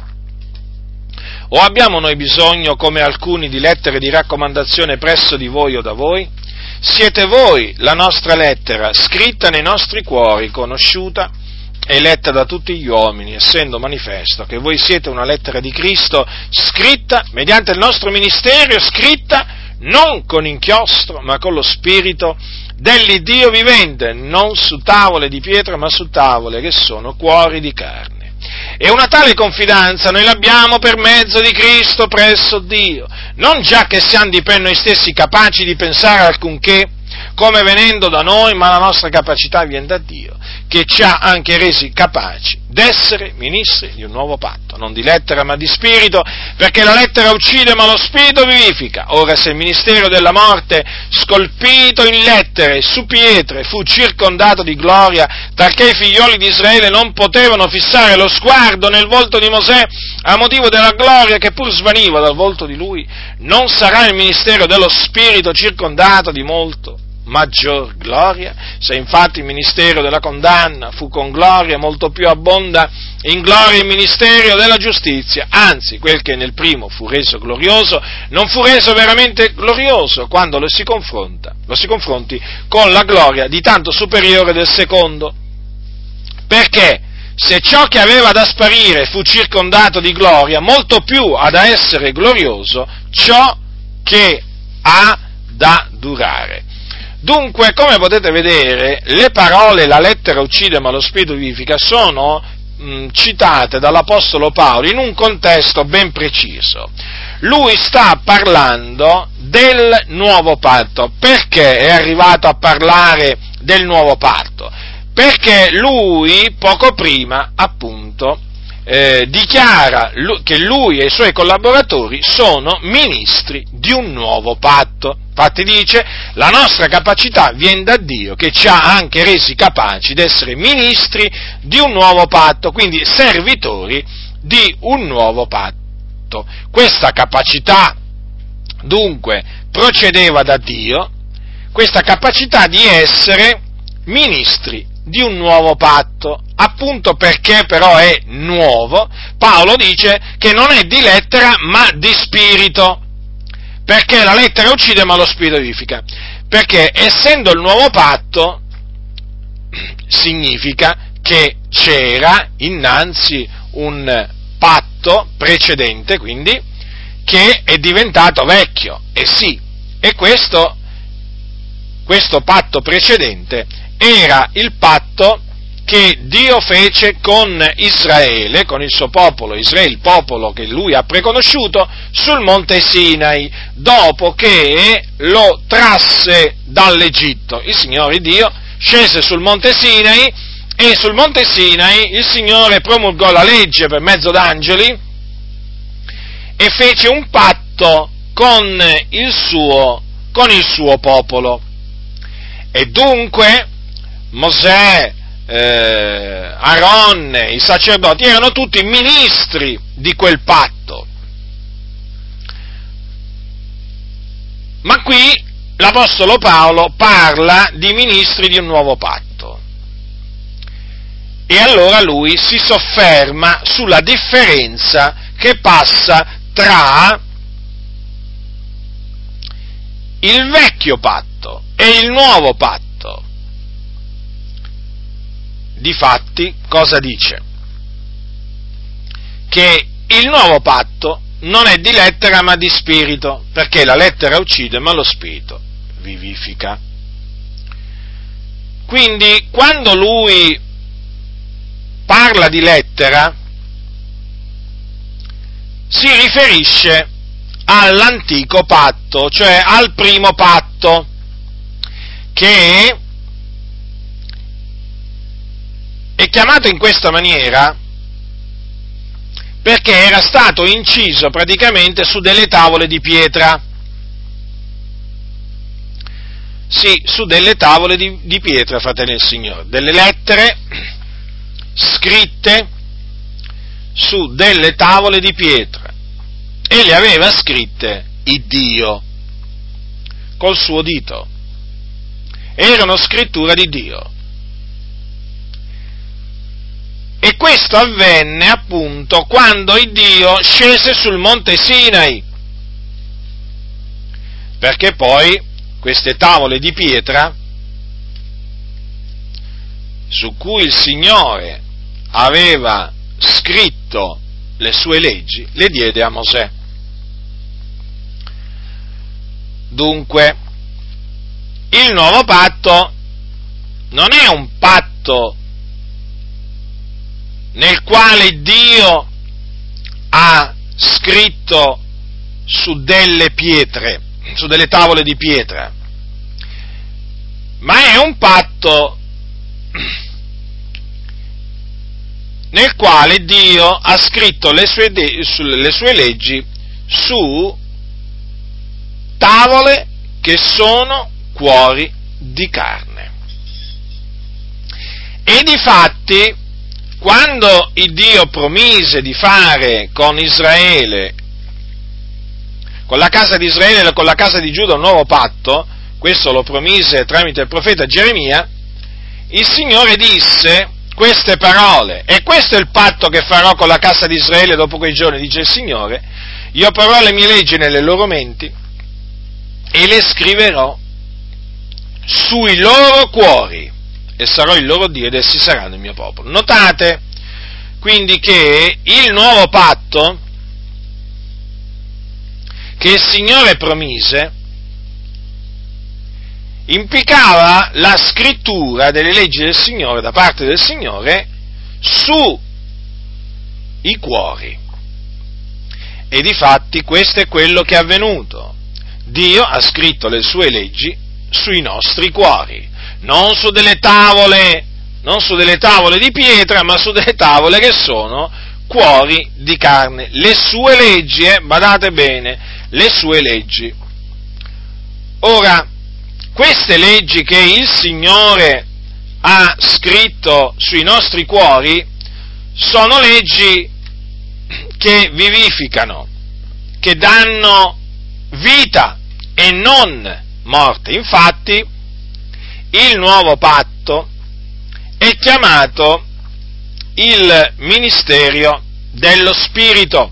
O abbiamo noi bisogno, come alcuni, di lettere di raccomandazione presso di voi o da voi? Siete voi la nostra lettera, scritta nei nostri cuori, conosciuta e letta da tutti gli uomini, essendo manifesto che voi siete una lettera di Cristo, scritta mediante il nostro ministero, scritta non con inchiostro, ma con lo Spirito dell'Iddio vivente, non su tavole di pietra, ma su tavole che sono cuori di carne. E una tale confidenza noi l'abbiamo per mezzo di Cristo presso Dio, non già che siamo di per noi stessi capaci di pensare alcunché, come venendo da noi, ma la nostra capacità viene da Dio, che ci ha anche resi capaci d'essere ministri di un nuovo patto, non di lettera ma di spirito, perché la lettera uccide ma lo spirito vivifica. Ora, se il ministero della morte, scolpito in lettere su pietre, fu circondato di gloria, talché i figlioli di Israele non potevano fissare lo sguardo nel volto di Mosè a motivo della gloria che pur svaniva dal volto di lui, non sarà il ministero dello spirito circondato di molto maggior gloria? Se infatti il ministero della condanna fu con gloria, molto più abbonda in gloria il ministero della giustizia, anzi, quel che nel primo fu reso glorioso, non fu reso veramente glorioso quando lo si confronta, lo si confronti con la gloria di tanto superiore del secondo. Perché se ciò che aveva da sparire fu circondato di gloria, molto più ha da essere glorioso ciò che ha da durare. Dunque, come potete vedere, le parole "la lettera uccide ma lo spirito vivifica" sono mh, citate dall'Apostolo Paolo in un contesto ben preciso. Lui sta parlando del nuovo patto. Perché è arrivato a parlare del nuovo patto? Perché lui, poco prima, appunto, eh, dichiara che lui e i suoi collaboratori sono ministri di un nuovo patto. Infatti dice: la nostra capacità viene da Dio, che ci ha anche resi capaci di essere ministri di un nuovo patto, quindi servitori di un nuovo patto. Questa capacità, dunque, procedeva da Dio, questa capacità di essere ministri di un nuovo patto. Appunto perché però è nuovo, Paolo dice che non è di lettera ma di spirito. Perché la lettera uccide ma lo spirito vivifica? Perché essendo il nuovo patto significa che c'era innanzi un patto precedente, quindi, che è diventato vecchio. E sì, e questo, questo patto precedente era il patto che Dio fece con Israele, con il suo popolo, Israele, il popolo che lui ha preconosciuto, sul monte Sinai, dopo che lo trasse dall'Egitto. Il Signore Dio scese sul monte Sinai e sul monte Sinai il Signore promulgò la legge per mezzo d'angeli e fece un patto patto con il suo, con il suo popolo. E dunque Mosè, eh, Aaron, i sacerdoti erano tutti ministri di quel patto. Ma qui l'Apostolo Paolo parla di ministri di un nuovo patto. E allora lui si sofferma sulla differenza che passa tra il vecchio patto e il nuovo patto. Difatti, cosa dice? Che il nuovo patto non è di lettera ma di spirito, perché la lettera uccide ma lo spirito vivifica. Quindi, quando lui parla di lettera, si riferisce all'antico patto, cioè al primo patto, che è chiamato in questa maniera perché era stato inciso praticamente su delle tavole di pietra. Sì, su delle tavole di, di pietra, fratelli del Signore, delle lettere scritte su delle tavole di pietra, e le aveva scritte Iddio col suo dito. Erano scrittura di Dio. E questo avvenne appunto quando Iddio scese sul monte Sinai, perché poi queste tavole di pietra, su cui il Signore aveva scritto le sue leggi, le diede a Mosè. Dunque, il nuovo patto non è un patto nel quale Dio ha scritto su delle pietre, su delle tavole di pietra, ma è un patto nel quale Dio ha scritto le sue, de- le sue leggi su tavole che sono cuori di carne. E difatti, quando il Dio promise di fare con Israele, con la casa di Israele e con la casa di Giuda un nuovo patto, questo lo promise tramite il profeta Geremia, il Signore disse queste parole: e questo è il patto che farò con la casa di Israele dopo quei giorni, dice il Signore, io porrò le mie leggi nelle loro menti e le scriverò sui loro cuori, e sarò il loro Dio ed essi saranno il mio popolo. Notate quindi che il nuovo patto che il Signore promise implicava la scrittura delle leggi del Signore da parte del Signore su i cuori. E difatti questo è quello che è avvenuto. Dio ha scritto le sue leggi sui nostri cuori, non su delle tavole, non su delle tavole di pietra, ma su delle tavole che sono cuori di carne. Le sue leggi, eh, badate bene, le sue leggi. Ora, queste leggi che il Signore ha scritto sui nostri cuori sono leggi che vivificano, che danno vita e non morte. Infatti, il nuovo patto è chiamato il ministero dello Spirito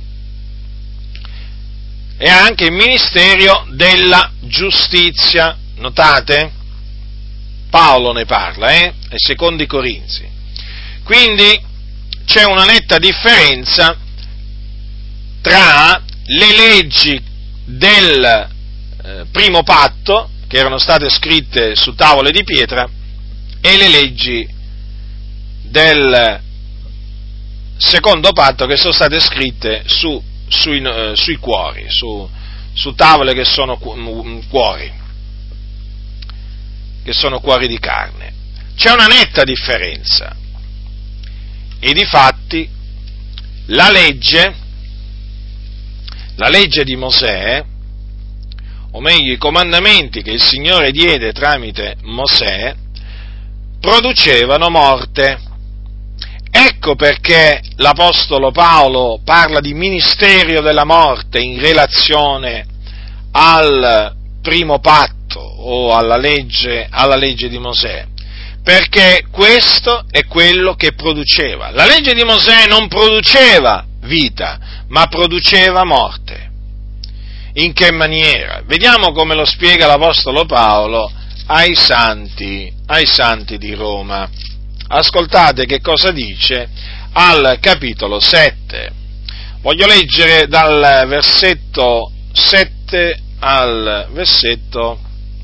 e anche il ministero della giustizia. Notate? Paolo ne parla, eh? Ai secondi Corinzi. Quindi c'è una netta differenza tra le leggi del eh, primo patto, che erano state scritte su tavole di pietra, e le leggi del secondo patto, che sono state scritte su, sui, eh, sui cuori, su, su tavole che sono cu- cuori, che sono cuori di carne. C'è una netta differenza. E difatti la legge, la legge di Mosè, o meglio i comandamenti che il Signore diede tramite Mosè, producevano morte. Ecco perché l'Apostolo Paolo parla di ministero della morte in relazione al primo patto o alla legge, alla legge di Mosè, perché questo è quello che produceva. La legge di Mosè non produceva vita, ma produceva morte. In che maniera? Vediamo come lo spiega l'Apostolo Paolo ai santi, ai santi di Roma. Ascoltate che cosa dice al capitolo sette. Voglio leggere dal versetto sette al versetto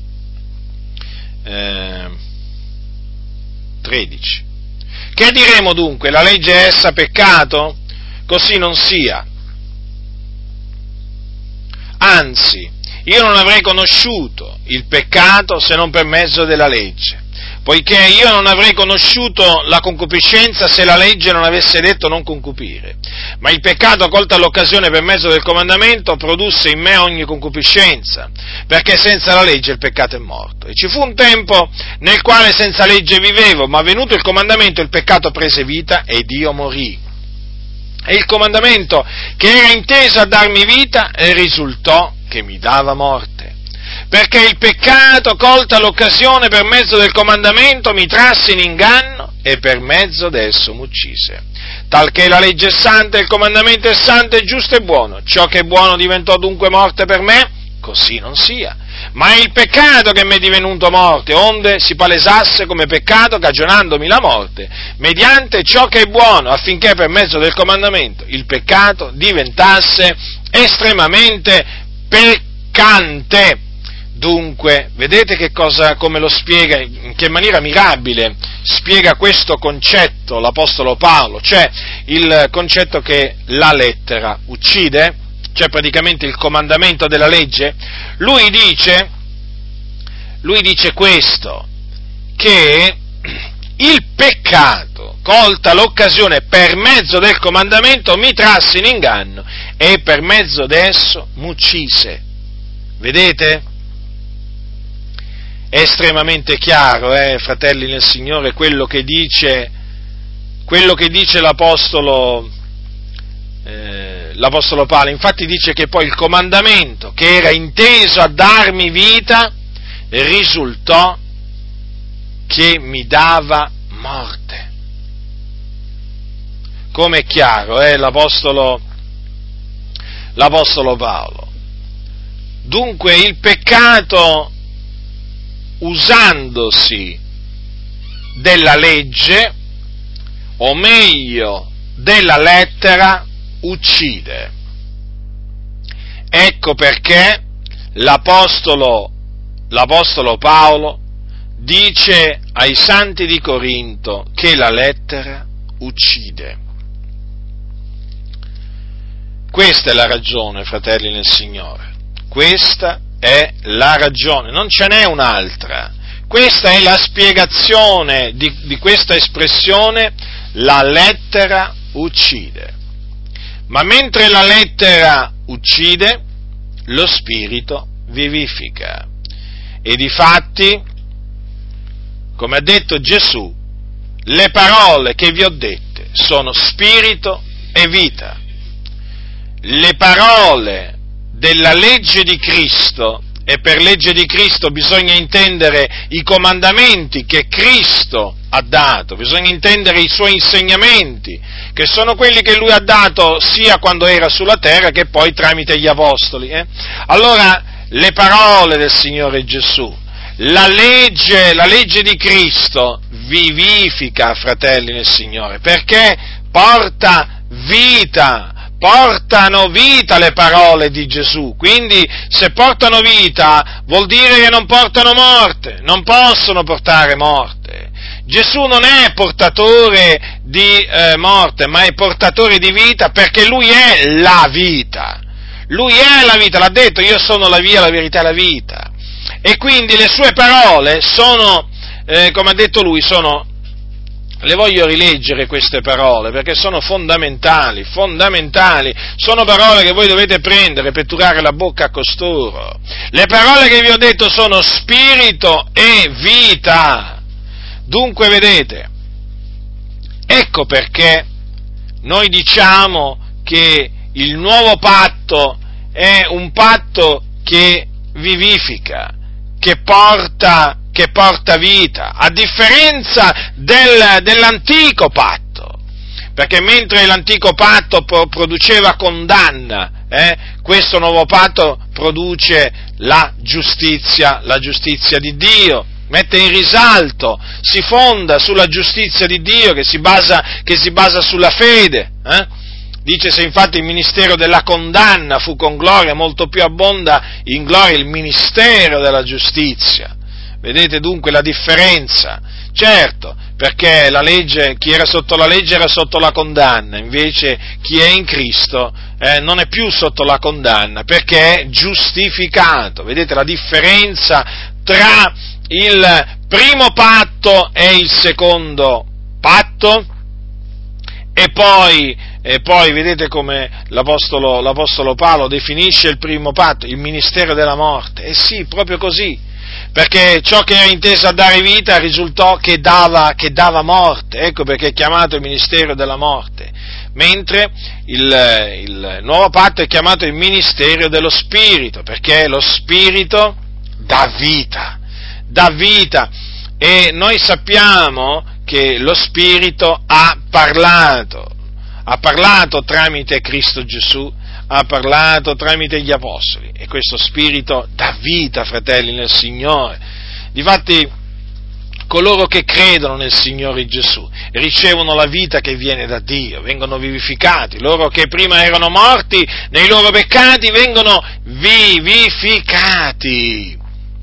eh, tredici. Che diremo dunque? La legge è essa peccato? Così non sia. Anzi, io non avrei conosciuto il peccato se non per mezzo della legge, poiché io non avrei conosciuto la concupiscenza se la legge non avesse detto non concupire. Ma il peccato, colta l'occasione per mezzo del comandamento, produsse in me ogni concupiscenza, perché senza la legge il peccato è morto. E ci fu un tempo nel quale senza legge vivevo, ma venuto il comandamento il peccato prese vita ed io morì. E il comandamento che era inteso a darmi vita risultò che mi dava morte, perché il peccato, colta l'occasione per mezzo del comandamento, mi trasse in inganno e per mezzo d'esso m'uccise. Talché la legge è santa e il comandamento è santo e giusto e buono. Ciò che è buono diventò dunque morte per me? Così non sia. Ma è il peccato che mi è divenuto morte, onde si palesasse come peccato, cagionandomi la morte, mediante ciò che è buono, affinché per mezzo del comandamento il peccato diventasse estremamente peccante. Dunque, vedete che cosa, come lo spiega, in che maniera mirabile spiega questo concetto l'Apostolo Paolo, cioè il concetto che la lettera uccide, cioè praticamente il comandamento della legge. Lui dice, lui dice questo, che il peccato, colta l'occasione per mezzo del comandamento, mi trasse in inganno e per mezzo d'esso m'uccise. Vedete? È estremamente chiaro, eh, fratelli nel Signore, quello che dice, quello che dice l'Apostolo, eh, l'Apostolo Paolo. Infatti dice che poi il comandamento che era inteso a darmi vita risultò che mi dava morte. Come è chiaro, eh, l'Apostolo, l'Apostolo Paolo. Dunque il peccato, usandosi della legge, o meglio della lettera, uccide. Ecco perché l'Apostolo, l'Apostolo Paolo dice ai santi di Corinto che la lettera uccide. Questa è la ragione, fratelli nel Signore, questa è la ragione, non ce n'è un'altra. Questa è la spiegazione di, di questa espressione, la lettera uccide. Ma mentre la lettera uccide, lo spirito vivifica. E difatti, come ha detto Gesù, le parole che vi ho dette sono spirito e vita. Le parole della legge di Cristo, e per legge di Cristo bisogna intendere i comandamenti che Cristo ha dato, bisogna intendere i suoi insegnamenti, che sono quelli che lui ha dato sia quando era sulla terra che poi tramite gli apostoli. Eh? Allora, le parole del Signore Gesù, la legge, la legge di Cristo vivifica, fratelli nel Signore, perché porta vita. Portano vita le parole di Gesù, quindi se portano vita vuol dire che non portano morte, non possono portare morte. Gesù non è portatore di eh, morte, ma è portatore di vita, perché Lui è la vita. Lui è la vita, l'ha detto, io sono la via, la verità e la vita. E quindi le sue parole sono, eh, come ha detto Lui, sono Le voglio rileggere queste parole perché sono fondamentali, fondamentali, sono parole che voi dovete prendere per turare la bocca a costoro. Le parole che vi ho detto sono spirito e vita. Dunque vedete, ecco perché noi diciamo che il nuovo patto è un patto che vivifica, che porta che porta vita, a differenza del, dell'antico patto, perché mentre l'antico patto produceva condanna, eh, questo nuovo patto produce la giustizia, la giustizia di Dio, mette in risalto, si fonda sulla giustizia di Dio che si basa, che si basa sulla fede, eh? Dice: se infatti il ministero della condanna fu con gloria, molto più abbonda in gloria il ministero della giustizia. Vedete dunque la differenza? Certo, perché la legge, chi era sotto la legge era sotto la condanna, invece chi è in Cristo eh, non è più sotto la condanna, perché è giustificato. Vedete la differenza tra il primo patto e il secondo patto? E poi, e poi vedete come l'Apostolo, l'Apostolo Paolo definisce il primo patto, il ministero della morte. E sì, proprio così. Perché ciò che era inteso a dare vita risultò che dava, che dava morte, ecco perché è chiamato il ministero della morte, mentre il, il nuovo patto è chiamato il ministero dello Spirito, perché lo Spirito dà vita, dà vita, e noi sappiamo che lo Spirito ha parlato, ha parlato tramite Cristo Gesù, ha parlato tramite gli Apostoli, e questo Spirito dà vita, fratelli, nel Signore. Difatti, coloro che credono nel Signore Gesù ricevono la vita che viene da Dio, vengono vivificati, loro che prima erano morti nei loro peccati vengono vivificati.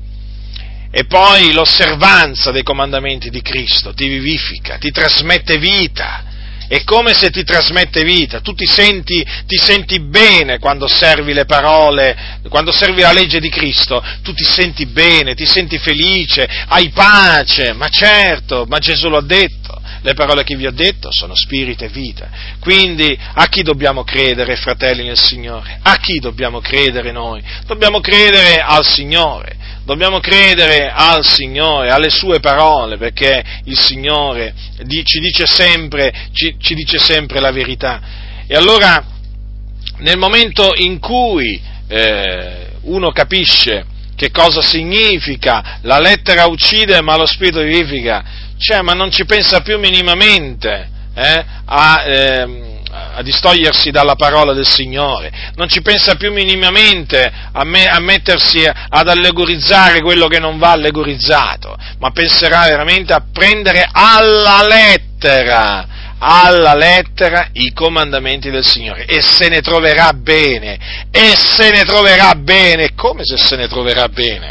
E poi l'osservanza dei comandamenti di Cristo ti vivifica, ti trasmette vita. È come se ti trasmette vita, tu ti senti, ti senti bene quando osservi le parole, quando osservi la legge di Cristo, tu ti senti bene, ti senti felice, hai pace, ma certo, ma Gesù lo ha detto, le parole che vi ho detto sono spirito e vita. Quindi a chi dobbiamo credere, fratelli nel Signore? A chi dobbiamo credere noi? Dobbiamo credere al Signore. Dobbiamo credere al Signore, alle sue parole, perché il Signore ci dice sempre, ci, ci dice sempre la verità. E allora, nel momento in cui eh, uno capisce che cosa significa la lettera uccide ma lo spirito vivifica, cioè, ma non ci pensa più minimamente eh, a... Eh, a distogliersi dalla parola del Signore, non ci pensa più minimamente a, me, a mettersi ad allegorizzare quello che non va allegorizzato, ma penserà veramente a prendere alla lettera, alla lettera i comandamenti del Signore, e se ne troverà bene, e se ne troverà bene, come se se ne troverà bene?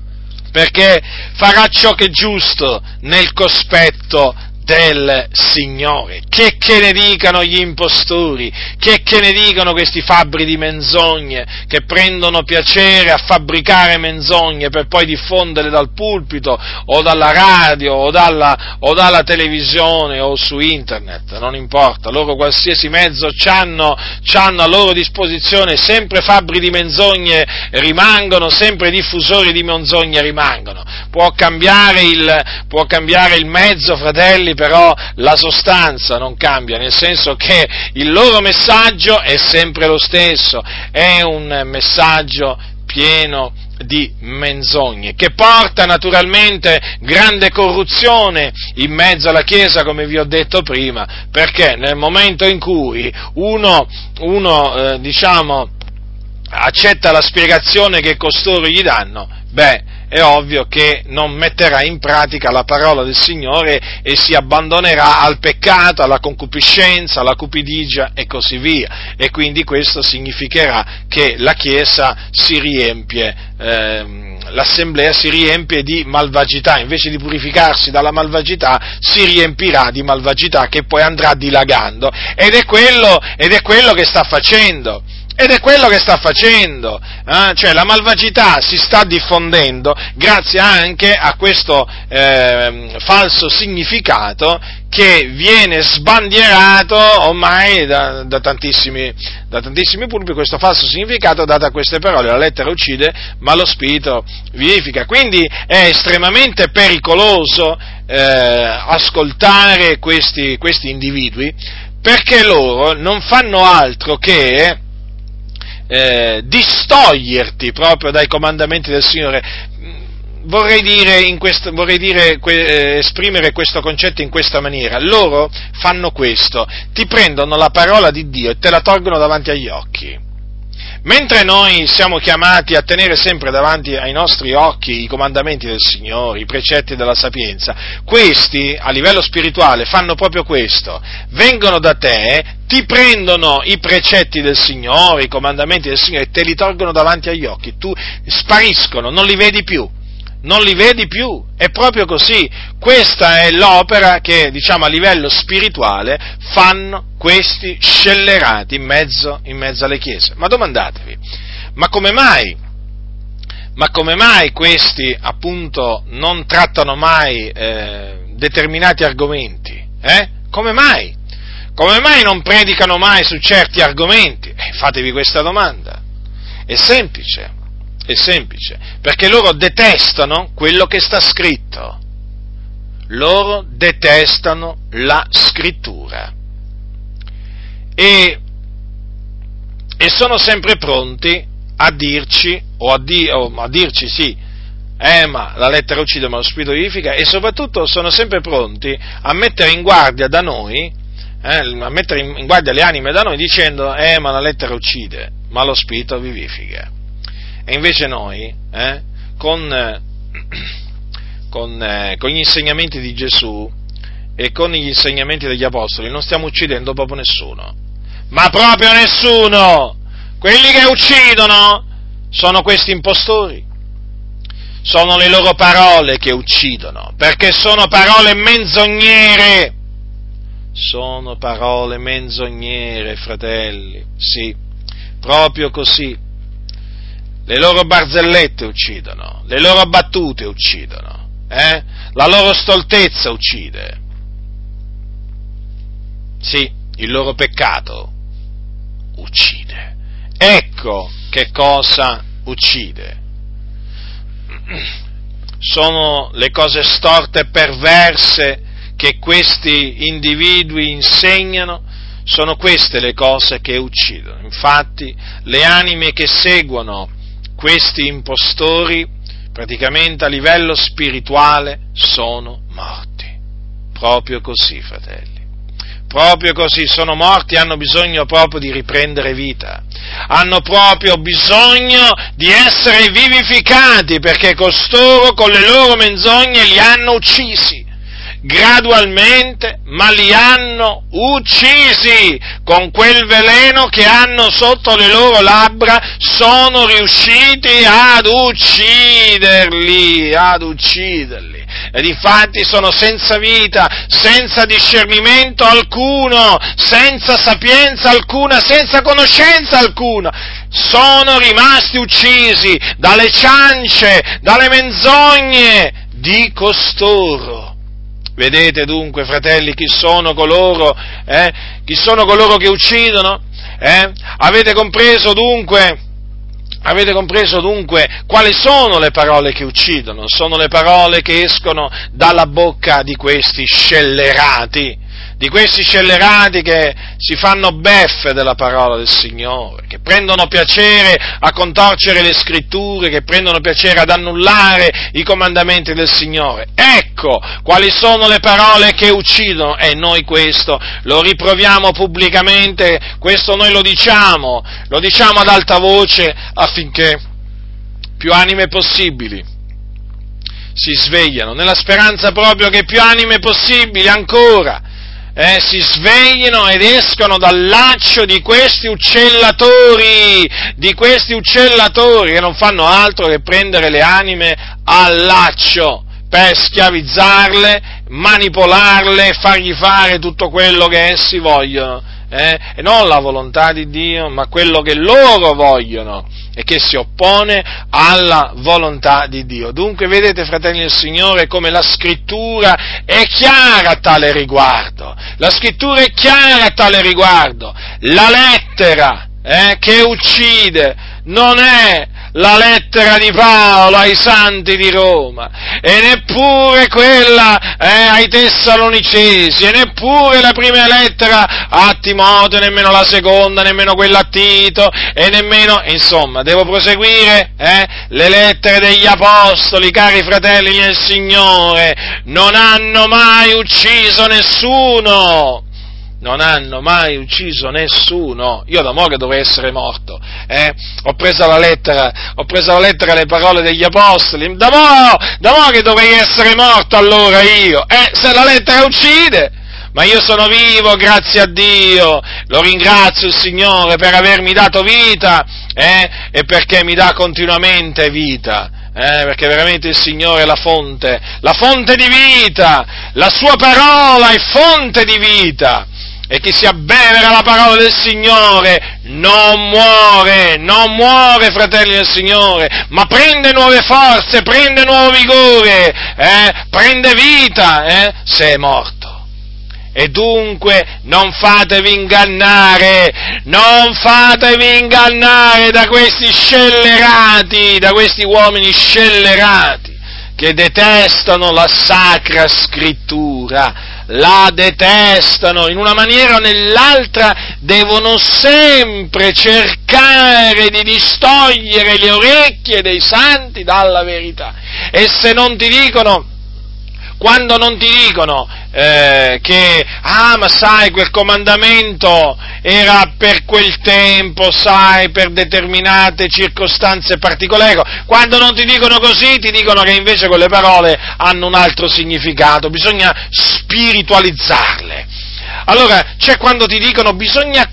Perché farà ciò che è giusto nel cospetto del Signore. Che che ne dicano gli impostori, che che ne dicano questi fabbri di menzogne che prendono piacere a fabbricare menzogne per poi diffonderle dal pulpito o dalla radio o dalla, o dalla televisione o su internet, non importa, loro qualsiasi mezzo c'hanno, c'hanno a loro disposizione, sempre fabbri di menzogne rimangono, sempre diffusori di menzogne rimangono. Può cambiare il, può cambiare il mezzo, fratelli, però la sostanza non cambia, nel senso che il loro messaggio è sempre lo stesso, è un messaggio pieno di menzogne, che porta naturalmente grande corruzione in mezzo alla Chiesa, come vi ho detto prima, perché nel momento in cui uno, uno eh, diciamo, accetta la spiegazione che costoro gli danno, beh, è ovvio che non metterà in pratica la parola del Signore e si abbandonerà al peccato, alla concupiscenza, alla cupidigia e così via. E quindi questo significherà che la Chiesa si riempie, ehm, l'assemblea si riempie di malvagità, invece di purificarsi dalla malvagità si riempirà di malvagità che poi andrà dilagando, ed è quello, ed è quello che sta facendo. Ed è quello che sta facendo, eh? Cioè la malvagità si sta diffondendo grazie anche a questo eh, falso significato che viene sbandierato ormai da, da tantissimi, da tantissimi pulpiti, questo falso significato dato a queste parole: la lettera uccide, ma lo spirito vivifica. Quindi è estremamente pericoloso eh, ascoltare questi, questi individui, perché loro non fanno altro che Eh, distoglierti proprio dai comandamenti del Signore. Vorrei dire, in questo, vorrei dire que, eh, esprimere questo concetto in questa maniera: loro fanno questo, ti prendono la parola di Dio e te la tolgono davanti agli occhi. Mentre noi siamo chiamati a tenere sempre davanti ai nostri occhi i comandamenti del Signore, i precetti della sapienza, questi a livello spirituale fanno proprio questo: vengono da te, ti prendono i precetti del Signore, i comandamenti del Signore e te li tolgono davanti agli occhi, tu spariscono, non li vedi più. Non li vedi più, è proprio così. Questa è l'opera che, diciamo, a livello spirituale fanno questi scellerati in mezzo, in mezzo alle chiese. Ma domandatevi, ma come mai? Ma come mai questi, appunto, non trattano mai eh, determinati argomenti? Eh? Come mai? Come mai non predicano mai su certi argomenti? Eh, fatevi questa domanda. È semplice. È semplice, perché loro detestano quello che sta scritto, loro detestano la scrittura e, e sono sempre pronti a dirci, o a, di, o a dirci sì, eh ma la lettera uccide ma lo spirito vivifica, e soprattutto sono sempre pronti a mettere in guardia da noi, eh, a mettere in guardia le anime da noi dicendo eh ma la lettera uccide ma lo spirito vivifica. E invece noi, eh, con, eh, con, eh, con gli insegnamenti di Gesù e con gli insegnamenti degli Apostoli non stiamo uccidendo proprio nessuno, ma proprio nessuno! Quelli che uccidono sono questi impostori, sono le loro parole che uccidono, perché sono parole menzognere, sono parole menzognere, fratelli, sì, proprio così. Le loro barzellette uccidono, le loro battute uccidono, eh? La loro stoltezza uccide. Sì, il loro peccato uccide. Ecco che cosa uccide. Sono le cose storte e perverse che questi individui insegnano, sono queste le cose che uccidono. Infatti, le anime che seguono questi impostori, praticamente a livello spirituale, sono morti. Proprio così, fratelli. Proprio così, sono morti e hanno bisogno proprio di riprendere vita. Hanno proprio bisogno di essere vivificati, perché costoro con le loro menzogne li hanno uccisi. Gradualmente, ma li hanno uccisi con quel veleno che hanno sotto le loro labbra, sono riusciti ad ucciderli, ad ucciderli. Ed infatti sono senza vita, senza discernimento alcuno, senza sapienza alcuna, senza conoscenza alcuna. Sono rimasti uccisi dalle ciance, dalle menzogne di costoro. Vedete dunque, fratelli, chi sono coloro, eh? Chi sono coloro che uccidono? Eh? Avete compreso dunque? Avete compreso dunque quali sono le parole che uccidono? Sono le parole che escono dalla bocca di questi scellerati, di questi scellerati che si fanno beffe della parola del Signore, che prendono piacere a contorcere le scritture, che prendono piacere ad annullare i comandamenti del Signore. Ecco quali sono le parole che uccidono, e noi questo lo riproviamo pubblicamente, questo noi lo diciamo, lo diciamo ad alta voce affinché più anime possibili si svegliano, nella speranza proprio che più anime possibili ancora Eh, si sveglino ed escono dal laccio di questi uccellatori, di questi uccellatori che non fanno altro che prendere le anime al laccio per schiavizzarle, manipolarle e fargli fare tutto quello che essi vogliono, eh, e non la volontà di Dio, ma quello che loro vogliono e che si oppone alla volontà di Dio. Dunque vedete, fratelli del Signore, come la Scrittura è chiara a tale riguardo. La Scrittura è chiara a tale riguardo. La lettera eh, che uccide non è la lettera di Paolo ai santi di Roma, e neppure quella eh, ai Tessalonicesi, e neppure la prima lettera a Timoteo, nemmeno la seconda, nemmeno quella a Tito, e nemmeno, insomma, devo proseguire? Eh? Le lettere degli Apostoli, cari fratelli nel Signore, non hanno mai ucciso nessuno. Non hanno mai ucciso nessuno. Io da mo' che dovrei essere morto, eh? Ho preso la lettera, ho preso la lettera, le parole degli apostoli, da mo', da mo' che dovrei essere morto allora io, eh? Se la lettera uccide, ma io sono vivo, grazie a Dio, lo ringrazio il Signore per avermi dato vita, eh? E perché mi dà continuamente vita. Eh, perché veramente il Signore è la fonte, la fonte di vita, la sua parola è fonte di vita. E chi si abbevera la parola del Signore non muore, non muore, fratelli del Signore, ma prende nuove forze, prende nuovo vigore, eh, prende vita, eh, se è morto. E dunque non fatevi ingannare, non fatevi ingannare da questi scellerati, da questi uomini scellerati, che detestano la Sacra Scrittura. La detestano, in una maniera o nell'altra devono sempre cercare di distogliere le orecchie dei santi dalla verità. E se non ti dicono, quando non ti dicono eh, che, ah ma sai, quel comandamento era per quel tempo, sai, per determinate circostanze particolari, quando non ti dicono così, ti dicono che invece quelle parole hanno un altro significato, bisogna spiritualizzarle. Allora, c'è quando ti dicono bisogna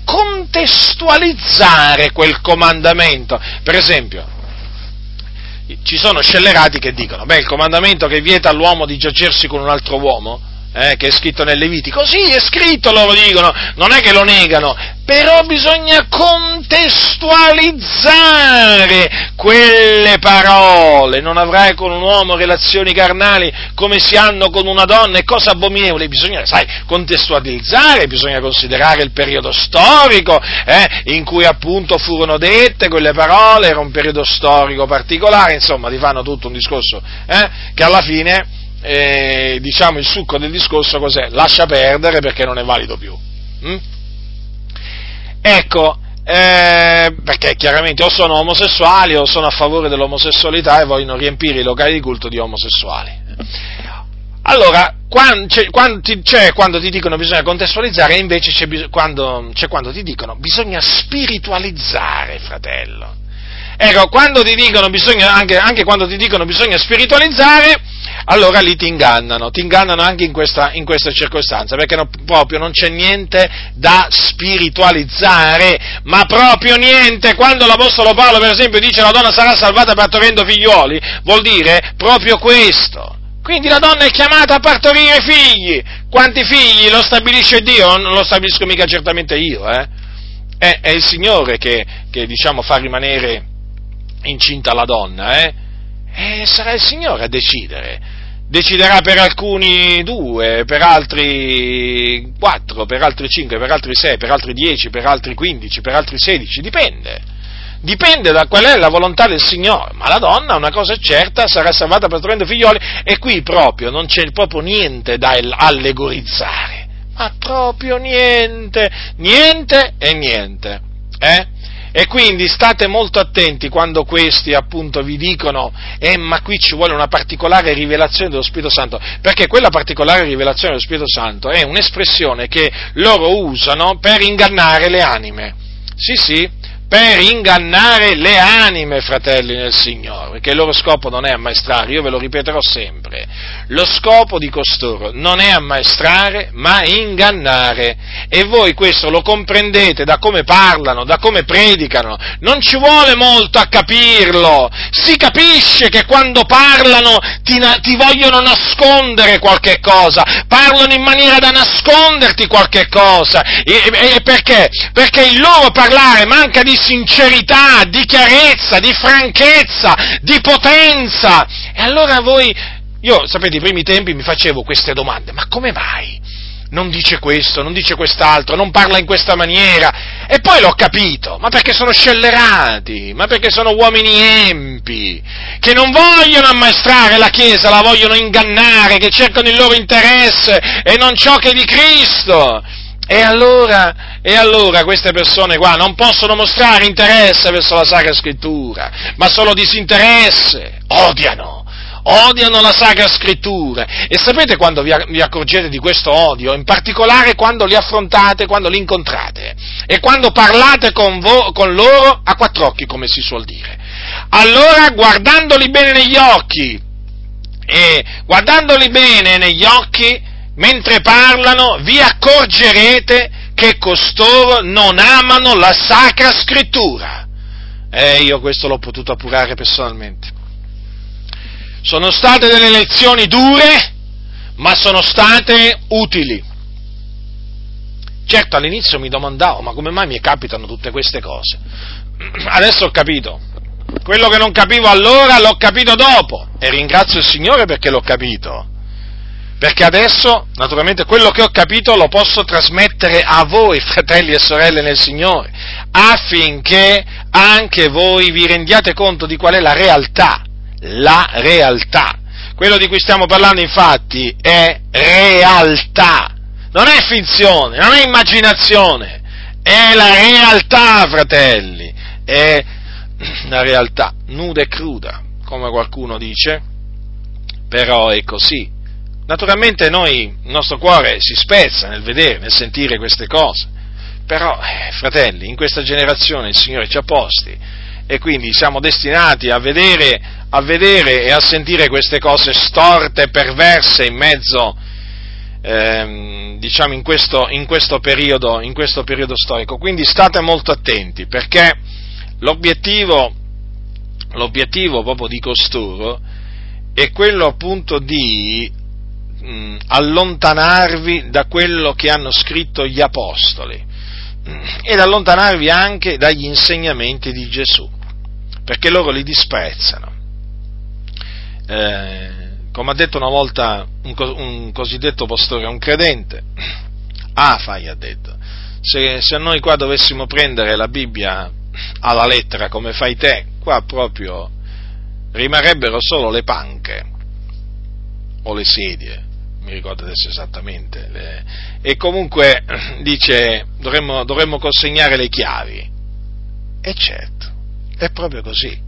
contestualizzare quel comandamento, per esempio, ci sono scellerati che dicono, beh, il comandamento che vieta all'uomo di giacersi con un altro uomo, eh, che è scritto nel Levitico, sì, è scritto, loro dicono, non è che lo negano, però bisogna contestualizzare quelle parole, non avrai con un uomo relazioni carnali come si hanno con una donna, è cosa abominevole, bisogna, sai, contestualizzare, bisogna considerare il periodo storico, eh, in cui appunto furono dette quelle parole, era un periodo storico particolare, insomma, ti fanno tutto un discorso, eh, che alla fine, eh, diciamo, il succo del discorso cos'è? Lascia perdere perché non è valido più. Hm? Ecco, eh, perché chiaramente o sono omosessuali o sono a favore dell'omosessualità e vogliono riempire i locali di culto di omosessuali. Allora, quando, c'è, quando, ti, c'è quando ti dicono bisogna contestualizzare, e invece c'è quando, c'è quando ti dicono bisogna spiritualizzare, fratello. Ecco, quando ti dicono bisogna, anche, anche quando ti dicono bisogna spiritualizzare, allora lì ti ingannano, ti ingannano anche in questa, in questa circostanza, perché no, proprio non c'è niente da spiritualizzare, ma proprio niente. Quando l'Apostolo Paolo, per esempio, dice la donna sarà salvata partorendo figlioli, vuol dire proprio questo. Quindi la donna è chiamata a partorire figli. Quanti figli lo stabilisce Dio? Non lo stabilisco mica certamente io, eh? È, è il Signore che, che, diciamo, fa rimanere incinta la donna, eh? E sarà il Signore a decidere. Deciderà per alcuni due, per altri quattro, per altri cinque, per altri sei, per altri dieci, per altri quindici, per altri sedici, dipende. Dipende da qual è la volontà del Signore, ma la donna, una cosa è certa, sarà salvata partorendo figlioli, e qui proprio non c'è proprio niente da allegorizzare, ma proprio niente, niente e niente, eh? E quindi state molto attenti quando questi appunto vi dicono eh ma qui ci vuole una particolare rivelazione dello Spirito Santo, perché quella particolare rivelazione dello Spirito Santo è un'espressione che loro usano per ingannare le anime, sì sì, per ingannare le anime, fratelli nel Signore, perché il loro scopo non è ammaestrare, io ve lo ripeterò sempre, Lo scopo di costoro non è ammaestrare, ma ingannare. E voi questo lo comprendete da come parlano, da come predicano. Non ci vuole molto a capirlo. Si capisce che quando parlano ti, ti vogliono nascondere qualche cosa, parlano in maniera da nasconderti qualche cosa. E, e perché? Perché il loro parlare manca di sincerità, di chiarezza, di franchezza, di potenza. E allora voi, io sapete, i primi tempi mi facevo queste domande: ma come mai non dice questo, non dice quest'altro, non parla in questa maniera? E poi l'ho capito: ma perché sono scellerati, ma perché sono uomini empi, che non vogliono ammaestrare la Chiesa, la vogliono ingannare, che cercano il loro interesse e non ciò che è di Cristo. E allora, e allora queste persone qua non possono mostrare interesse verso la Sacra Scrittura, ma solo disinteresse, odiano, odiano la Sacra Scrittura. E sapete quando vi, vi accorgete di questo odio? In particolare quando li affrontate, quando li incontrate, e quando parlate con, vo, con loro a quattro occhi, come si suol dire. Allora, guardandoli bene negli occhi, e guardandoli bene negli occhi, mentre parlano, vi accorgerete che costoro non amano la Sacra Scrittura. E io questo l'ho potuto appurare personalmente. Sono state delle lezioni dure, ma sono state utili. Certo, all'inizio mi domandavo: ma come mai mi capitano tutte queste cose? Adesso ho capito. Quello che non capivo allora l'ho capito dopo, e ringrazio il Signore perché l'ho capito. Perché adesso, naturalmente, quello che ho capito lo posso trasmettere a voi, fratelli e sorelle nel Signore, affinché anche voi vi rendiate conto di qual è la realtà, la realtà. Quello di cui stiamo parlando, infatti, è realtà, non è finzione, non è immaginazione, è la realtà, fratelli, è la realtà, nuda e cruda, come qualcuno dice, però è così. Naturalmente noi, il nostro cuore si spezza nel vedere, nel sentire queste cose, però, eh, fratelli, in questa generazione il Signore ci ha posti, e quindi siamo destinati a vedere, a vedere e a sentire queste cose storte e perverse in mezzo, ehm, diciamo, in questo, in questo periodo, in questo periodo storico. Quindi state molto attenti, perché l'obiettivo, l'obiettivo proprio di costoro è quello appunto di mh, allontanarvi da quello che hanno scritto gli apostoli mh, ed allontanarvi anche dagli insegnamenti di Gesù, perché loro li disprezzano. Eh, come ha detto una volta un, un cosiddetto pastore, un credente, ah, fai, ha detto, se, se noi qua dovessimo prendere la Bibbia alla lettera come fai te, qua proprio rimarrebbero solo le panche o le sedie, mi ricordo adesso esattamente, le, e comunque dice dovremmo, dovremmo consegnare le chiavi. E certo, è proprio così.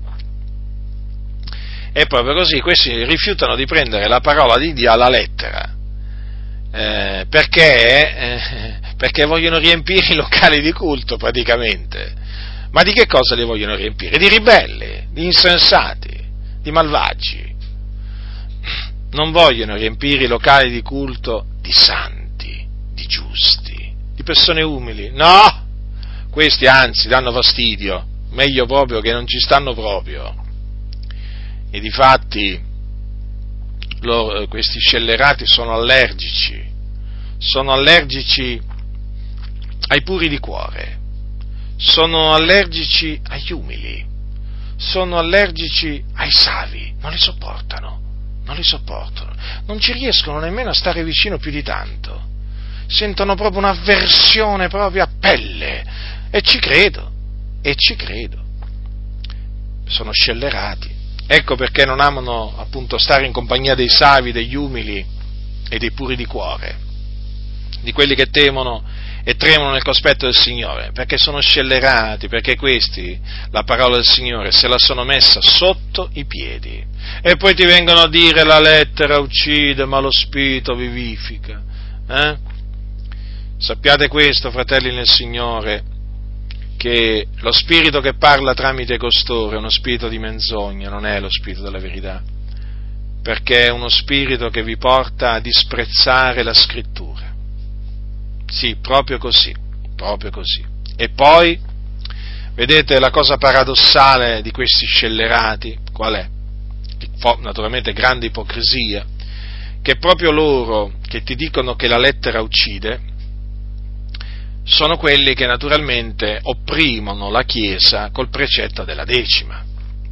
È proprio così, questi rifiutano di prendere la parola di Dio alla lettera, eh, perché, eh, perché vogliono riempire i locali di culto praticamente. Ma di che cosa li vogliono riempire? Di ribelli, di insensati, di malvagi. Non vogliono riempire i locali di culto di santi, di giusti, di persone umili. No! Questi anzi danno fastidio, meglio proprio che non ci stanno proprio. E difatti loro, questi scellerati sono allergici, sono allergici ai puri di cuore, sono allergici agli umili, sono allergici ai savi, non li sopportano, non li sopportano, non ci riescono nemmeno a stare vicino più di tanto, sentono proprio un'avversione proprio a pelle, e ci credo, e ci credo, sono scellerati. Ecco perché non amano appunto stare in compagnia dei savi, degli umili e dei puri di cuore, di quelli che temono e tremono nel cospetto del Signore, perché sono scellerati, perché questi la parola del Signore se la sono messa sotto i piedi, e poi ti vengono a dire la lettera uccide ma lo spirito vivifica. Eh? Sappiate questo, fratelli nel Signore, che lo spirito che parla tramite costoro è uno spirito di menzogna, non è lo spirito della verità. perché è uno spirito che vi porta a disprezzare la Scrittura. Sì, proprio così, proprio così. E poi, vedete, la cosa paradossale di questi scellerati, qual è? Naturalmente grande ipocrisia, che proprio loro che ti dicono che la lettera uccide, sono quelli che naturalmente opprimono la Chiesa col precetto della decima,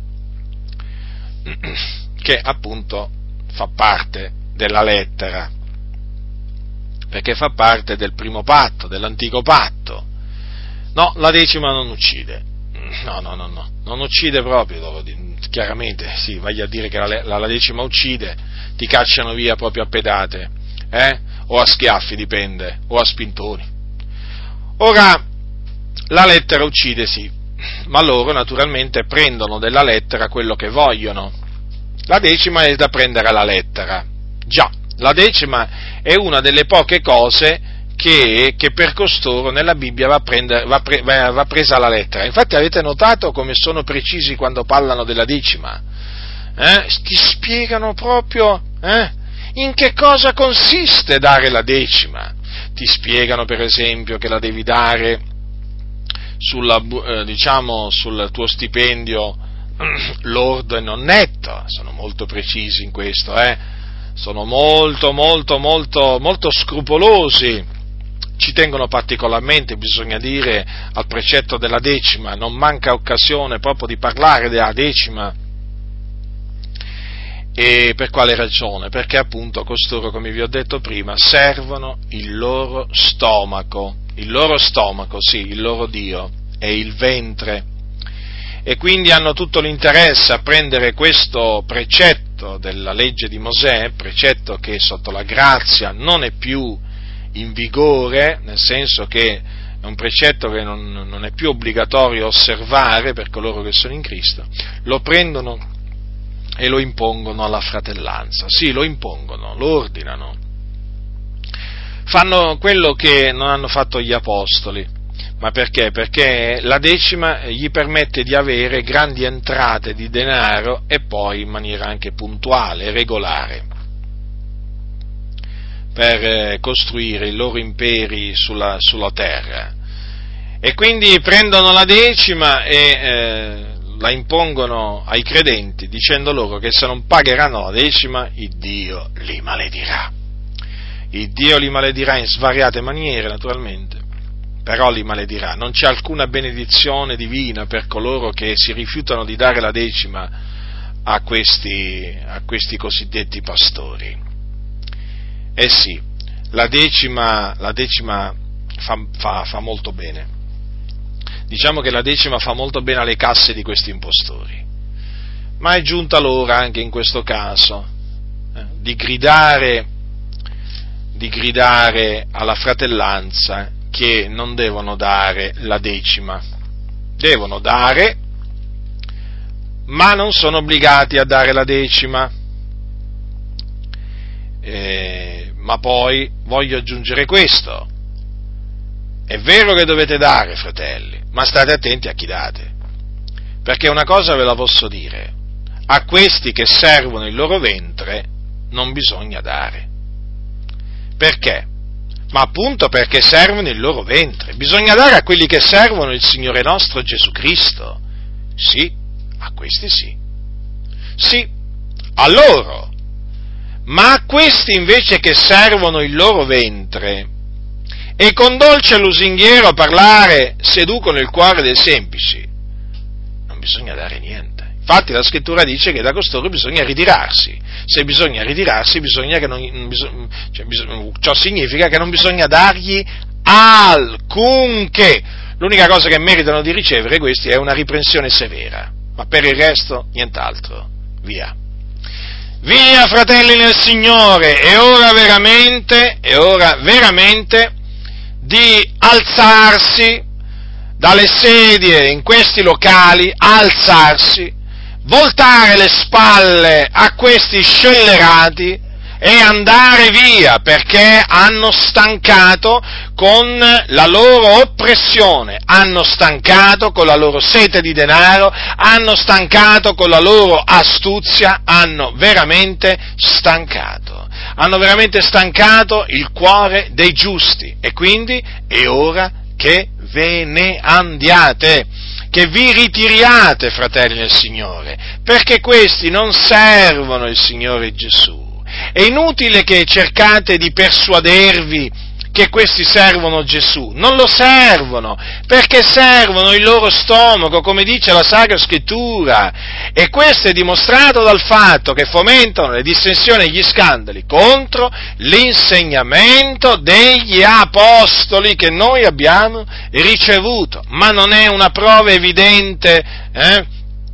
che appunto fa parte della lettera, perché fa parte del primo patto, dell'antico patto. No, la decima non uccide, no, no, no, no, non uccide proprio, chiaramente, sì, vai a dire che la, la, la decima uccide, ti cacciano via proprio a pedate, eh? O a schiaffi, dipende, o a spintoni. Ora, la lettera uccide, sì, ma loro naturalmente prendono della lettera quello che vogliono. La decima è da prendere alla lettera. Già, la decima è una delle poche cose che, che per costoro nella Bibbia va, prendere, va, pre, va, va presa alla lettera. Infatti avete notato come sono precisi quando parlano della decima? Eh? Ti spiegano proprio eh? in che cosa consiste dare la decima. Ti spiegano per esempio che la devi dare sulla, eh, diciamo, sul tuo stipendio lordo e non netto, sono molto precisi in questo, eh? sono molto molto molto molto scrupolosi, ci tengono particolarmente, bisogna dire, al precetto della decima, non manca occasione proprio di parlare della decima. E per quale ragione? Perché appunto costoro, come vi ho detto prima, servono il loro stomaco, il loro stomaco, sì, il loro Dio, è il ventre, e quindi hanno tutto l'interesse a prendere questo precetto della legge di Mosè, precetto che sotto la grazia non è più in vigore, nel senso che è un precetto che non, non è più obbligatorio osservare per coloro che sono in Cristo, lo prendono e lo impongono alla fratellanza, sì, lo impongono, lo ordinano, fanno quello che non hanno fatto gli apostoli. Ma perché? Perché la decima gli permette di avere grandi entrate di denaro e poi in maniera anche puntuale, regolare, per costruire i loro imperi sulla, sulla terra. E quindi prendono la decima e eh, la impongono ai credenti, dicendo loro che se non pagheranno la decima, il Dio li maledirà. Il Dio li maledirà in svariate maniere, naturalmente, però li maledirà. Non c'è alcuna benedizione divina per coloro che si rifiutano di dare la decima a questi, a questi cosiddetti pastori. Eh sì, la decima, la decima fa, fa, fa molto bene. Diciamo che la decima fa molto bene alle casse di questi impostori, ma è giunta l'ora anche in questo caso eh, di gridare, di gridare alla fratellanza che non devono dare la decima, devono dare, ma non sono obbligati a dare la decima. Eh, ma poi voglio aggiungere questo: è vero che dovete dare, fratelli, ma state attenti a chi date, perché una cosa ve la posso dire: a questi che servono il loro ventre non bisogna dare. Perché? Ma appunto perché servono il loro ventre. Bisogna dare a quelli che servono il Signore nostro Gesù Cristo. Sì, a questi sì. Sì, a loro. Ma a questi invece che servono il loro ventre e con dolce lusinghiero parlare seducono il cuore dei semplici, non bisogna dare niente. Infatti la Scrittura dice che da costoro bisogna ritirarsi. Se bisogna ritirarsi, bisogna che non, bisogna, cioè, bisogna, ciò significa che non bisogna dargli alcunché. L'unica cosa che meritano di ricevere questi è una riprensione severa, ma per il resto nient'altro. Via. Via, fratelli nel Signore, è ora veramente, è ora veramente di alzarsi dalle sedie in questi locali, alzarsi, voltare le spalle a questi scellerati e andare via, perché hanno stancato con la loro oppressione, hanno stancato con la loro sete di denaro, hanno stancato con la loro astuzia, hanno veramente stancato, hanno veramente stancato il cuore dei giusti, e quindi è ora che ve ne andiate, che vi ritiriate, fratelli del Signore, perché questi non servono il Signore Gesù. È inutile che cercate di persuadervi che questi servono Gesù, non lo servono, perché servono il loro stomaco, come dice la Sacra Scrittura, e questo è dimostrato dal fatto che fomentano le dissensioni e gli scandali contro l'insegnamento degli apostoli che noi abbiamo ricevuto, ma non è una prova evidente, eh,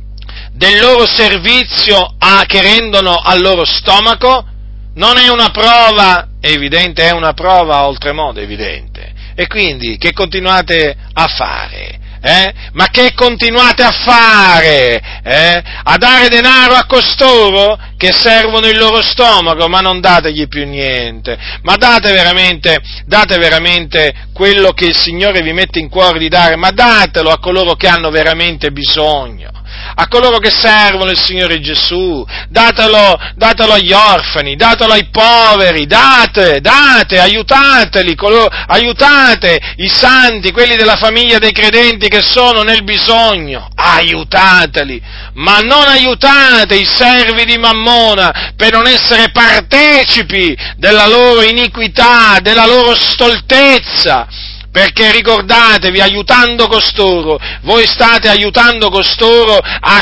del loro servizio a, che rendono al loro stomaco? Non è una prova evidente, è una prova oltremodo evidente. E quindi che continuate a fare? Eh? Ma che continuate a fare? Eh? A dare denaro a costoro che servono il loro stomaco, ma non dategli più niente, ma date veramente, date veramente quello che il Signore vi mette in cuore di dare, ma datelo a coloro che hanno veramente bisogno, a coloro che servono il Signore Gesù, datelo, datelo agli orfani, datelo ai poveri, date, date, aiutateli, coloro, aiutate i santi, quelli della famiglia dei credenti che sono nel bisogno, aiutateli, ma non aiutate i servi di Mammona per non essere partecipi della loro iniquità, della loro stoltezza. Perché ricordatevi, aiutando costoro, voi state aiutando costoro a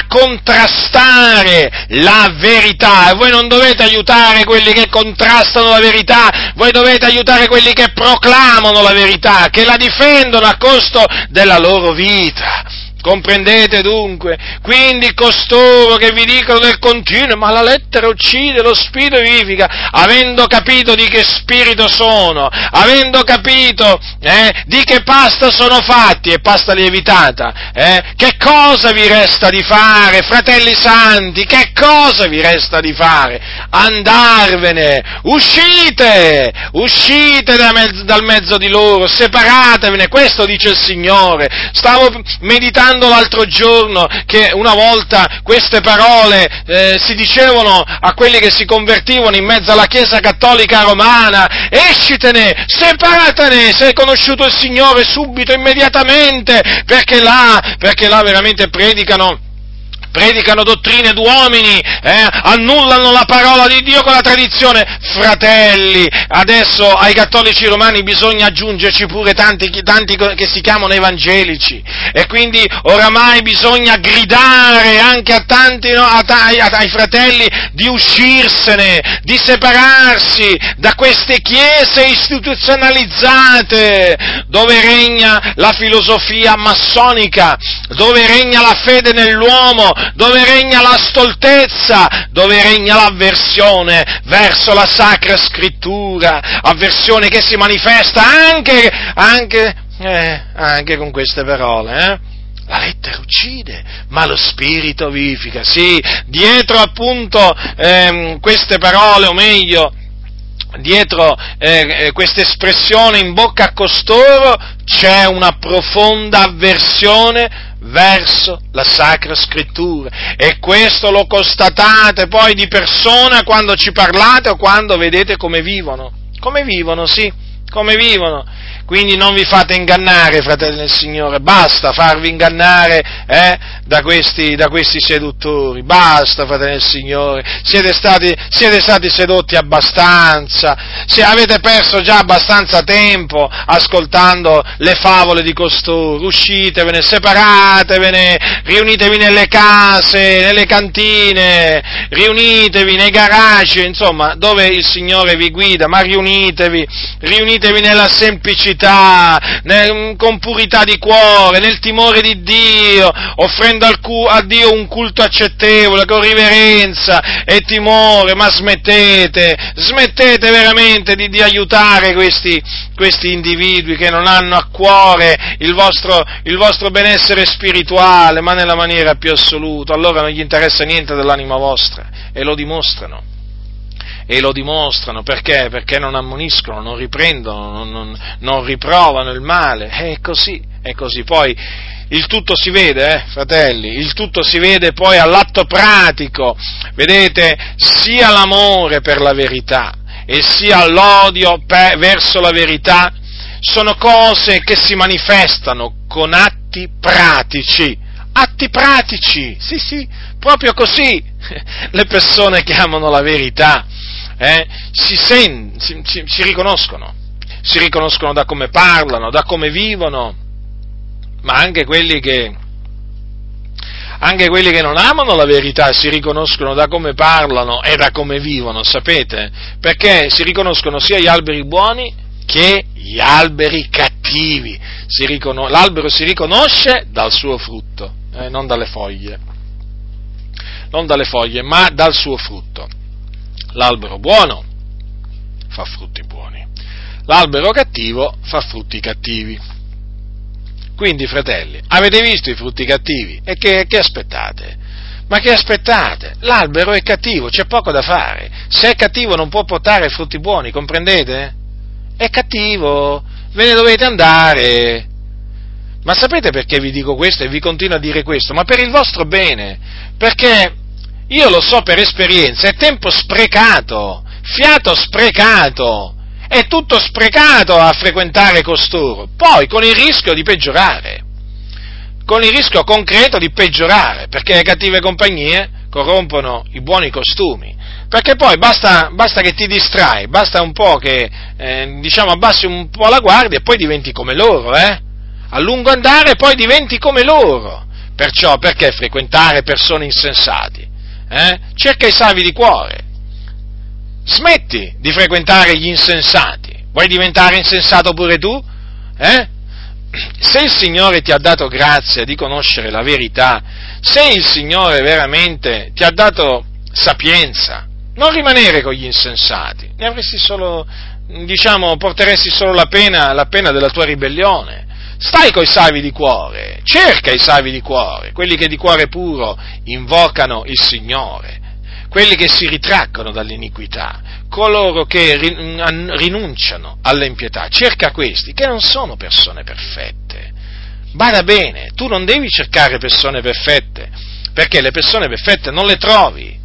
contrastare la verità, e voi non dovete aiutare quelli che contrastano la verità, voi dovete aiutare quelli che proclamano la verità, che la difendono a costo della loro vita. Comprendete dunque? Quindi costoro che vi dicono del continuo, ma la lettera uccide, lo spirito vivifica, avendo capito di che spirito sono, avendo capito eh, di che pasta sono fatti, e pasta lievitata, eh, che cosa vi resta di fare, fratelli santi, che cosa vi resta di fare? Andarvene, uscite, uscite da mezzo, dal mezzo di loro, separatevene, questo dice il Signore. Stavo meditando l'altro giorno che una volta queste parole eh, si dicevano a quelli che si convertivano in mezzo alla Chiesa Cattolica Romana: escitene, separatene, se hai conosciuto il Signore subito, immediatamente, perché là, perché là veramente predicano predicano dottrine d'uomini, eh, annullano la parola di Dio con la tradizione. Fratelli, adesso ai cattolici romani bisogna aggiungerci pure tanti, tanti che si chiamano evangelici, e quindi oramai bisogna gridare anche a tanti, no, a, a, ai fratelli di uscirsene, di separarsi da queste chiese istituzionalizzate, dove regna la filosofia massonica, dove regna la fede nell'uomo, dove regna la stoltezza, dove regna l'avversione verso la Sacra Scrittura, avversione che si manifesta anche, anche, eh, anche con queste parole, eh? La lettera uccide, ma lo spirito vivifica. Sì, dietro appunto ehm, queste parole, o meglio, dietro eh, questa espressione in bocca a costoro c'è una profonda avversione verso la Sacra Scrittura, e questo lo constatate poi di persona quando ci parlate o quando vedete come vivono, come vivono, sì, come vivono. Quindi non vi fate ingannare, fratelli del Signore, basta farvi ingannare eh, da, questi, da questi seduttori, basta, fratelli del Signore, siete stati, siete stati sedotti abbastanza, se avete perso già abbastanza tempo ascoltando le favole di costoro, uscitevene, separatevene, riunitevi nelle case, nelle cantine, riunitevi nei garage, insomma, dove il Signore vi guida, ma riunitevi, riunitevi nella semplicità, con purità di cuore, nel timore di Dio, offrendo a Dio un culto accettevole, con riverenza e timore, ma smettete, smettete veramente di, di aiutare questi, questi individui che non hanno a cuore il vostro, il vostro benessere spirituale, ma nella maniera più assoluta. Allora non gli interessa niente dell'anima vostra, e lo dimostrano. e lo dimostrano, perché? Perché non ammoniscono, non riprendono, non, non, non riprovano il male, è così, è così. Poi il tutto si vede, eh, fratelli, il tutto si vede poi all'atto pratico, vedete, sia l'amore per la verità e sia l'odio per, verso la verità sono cose che si manifestano con atti pratici, atti pratici, sì sì, proprio così. Le persone che amano la verità eh, si, sen, si, si, si riconoscono, si riconoscono da come parlano, da come vivono, ma anche quelli che anche quelli che non amano la verità si riconoscono da come parlano e da come vivono, sapete? Perché si riconoscono sia gli alberi buoni che gli alberi cattivi. Si riconos- l'albero si riconosce dal suo frutto, eh, non dalle foglie, non dalle foglie, ma dal suo frutto. L'albero buono fa frutti buoni, l'albero cattivo fa frutti cattivi. Quindi, fratelli, avete visto i frutti cattivi? E che, che aspettate? Ma che aspettate? L'albero è cattivo, c'è poco da fare. Se è cattivo non può portare frutti buoni, comprendete? È cattivo, ve ne dovete andare. Ma sapete perché vi dico questo e vi continuo a dire questo? Ma per il vostro bene, perché io lo so per esperienza, è tempo sprecato, fiato sprecato. È tutto sprecato a frequentare costoro, poi con il rischio di peggiorare, con il rischio concreto di peggiorare, perché le cattive compagnie corrompono i buoni costumi, perché poi basta, basta che ti distrai, basta un po' che, eh, diciamo, abbassi un po' la guardia e poi diventi come loro, eh? A lungo andare poi diventi come loro, perciò perché frequentare persone insensati? Eh? Cerca i savi di cuore. Smetti di frequentare gli insensati. Vuoi diventare insensato pure tu? Eh? Se il Signore ti ha dato grazia di conoscere la verità, se il Signore veramente ti ha dato sapienza, non rimanere con gli insensati, ne avresti solo, diciamo, porteresti solo la pena, la pena della tua ribellione. Stai coi savi di cuore, cerca i savi di cuore, quelli che di cuore puro invocano il Signore, quelli che si ritraggono dall'iniquità, coloro che rinunciano all'impietà. Cerca questi, che non sono persone perfette. Bada bene, tu non devi cercare persone perfette, perché le persone perfette non le trovi.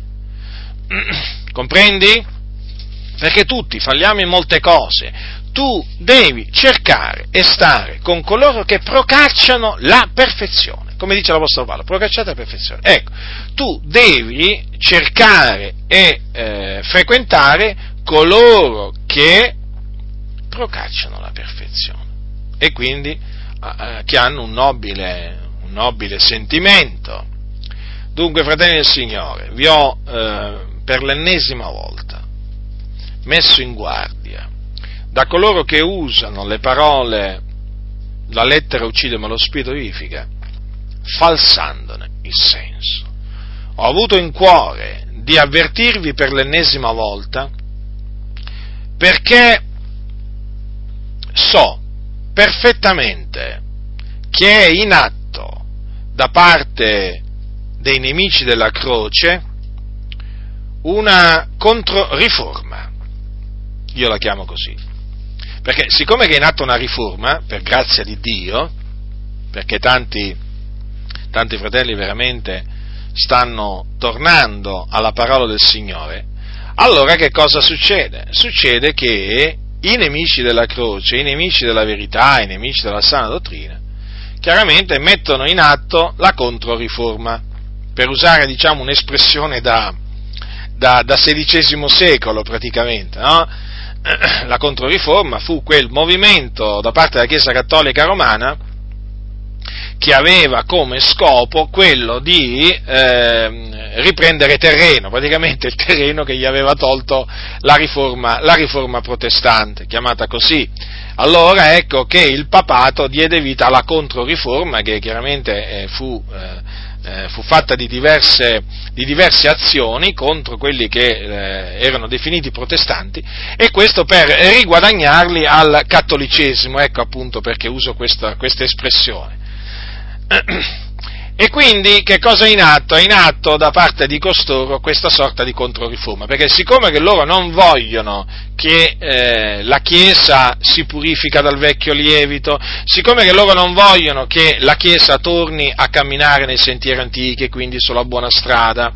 Comprendi? Perché tutti falliamo in molte cose. Tu devi cercare e stare con coloro che procacciano la perfezione. Come dice l'Apostolo Paolo, procacciate la perfezione. Ecco, tu devi cercare e eh, frequentare coloro che procacciano la perfezione e quindi eh, che hanno un nobile, un nobile sentimento. Dunque, fratelli del Signore, vi ho eh, per l'ennesima volta messo in guardia da coloro che usano le parole la lettera uccide ma lo spirito vivifica, falsandone il senso. Ho avuto in cuore di avvertirvi per l'ennesima volta, perché so perfettamente che è in atto da parte dei nemici della croce una controriforma, io la chiamo così, perché siccome che è in atto una riforma, per grazia di Dio, perché tanti, tanti fratelli veramente stanno tornando alla parola del Signore, allora che cosa succede? Succede che i nemici della croce, i nemici della verità, i nemici della sana dottrina, chiaramente mettono in atto la controriforma, per usare, diciamo, un'espressione da, da, da sedicesimo secolo praticamente, no? La controriforma fu quel movimento da parte della Chiesa Cattolica Romana che aveva come scopo quello di eh, riprendere terreno, praticamente il terreno che gli aveva tolto la riforma, la riforma protestante, chiamata così. Allora ecco che il papato diede vita alla controriforma, che chiaramente eh, fu, eh, fu fatta di diverse, di diverse azioni contro quelli che eh, erano definiti protestanti, e questo per riguadagnarli al cattolicesimo, ecco appunto perché uso questa, questa espressione. E quindi che cosa è in atto? È in atto da parte di costoro questa sorta di controriforma, perché siccome che loro non vogliono che eh, la Chiesa si purifica dal vecchio lievito, siccome che loro non vogliono che la Chiesa torni a camminare nei sentieri antichi e quindi sulla buona strada,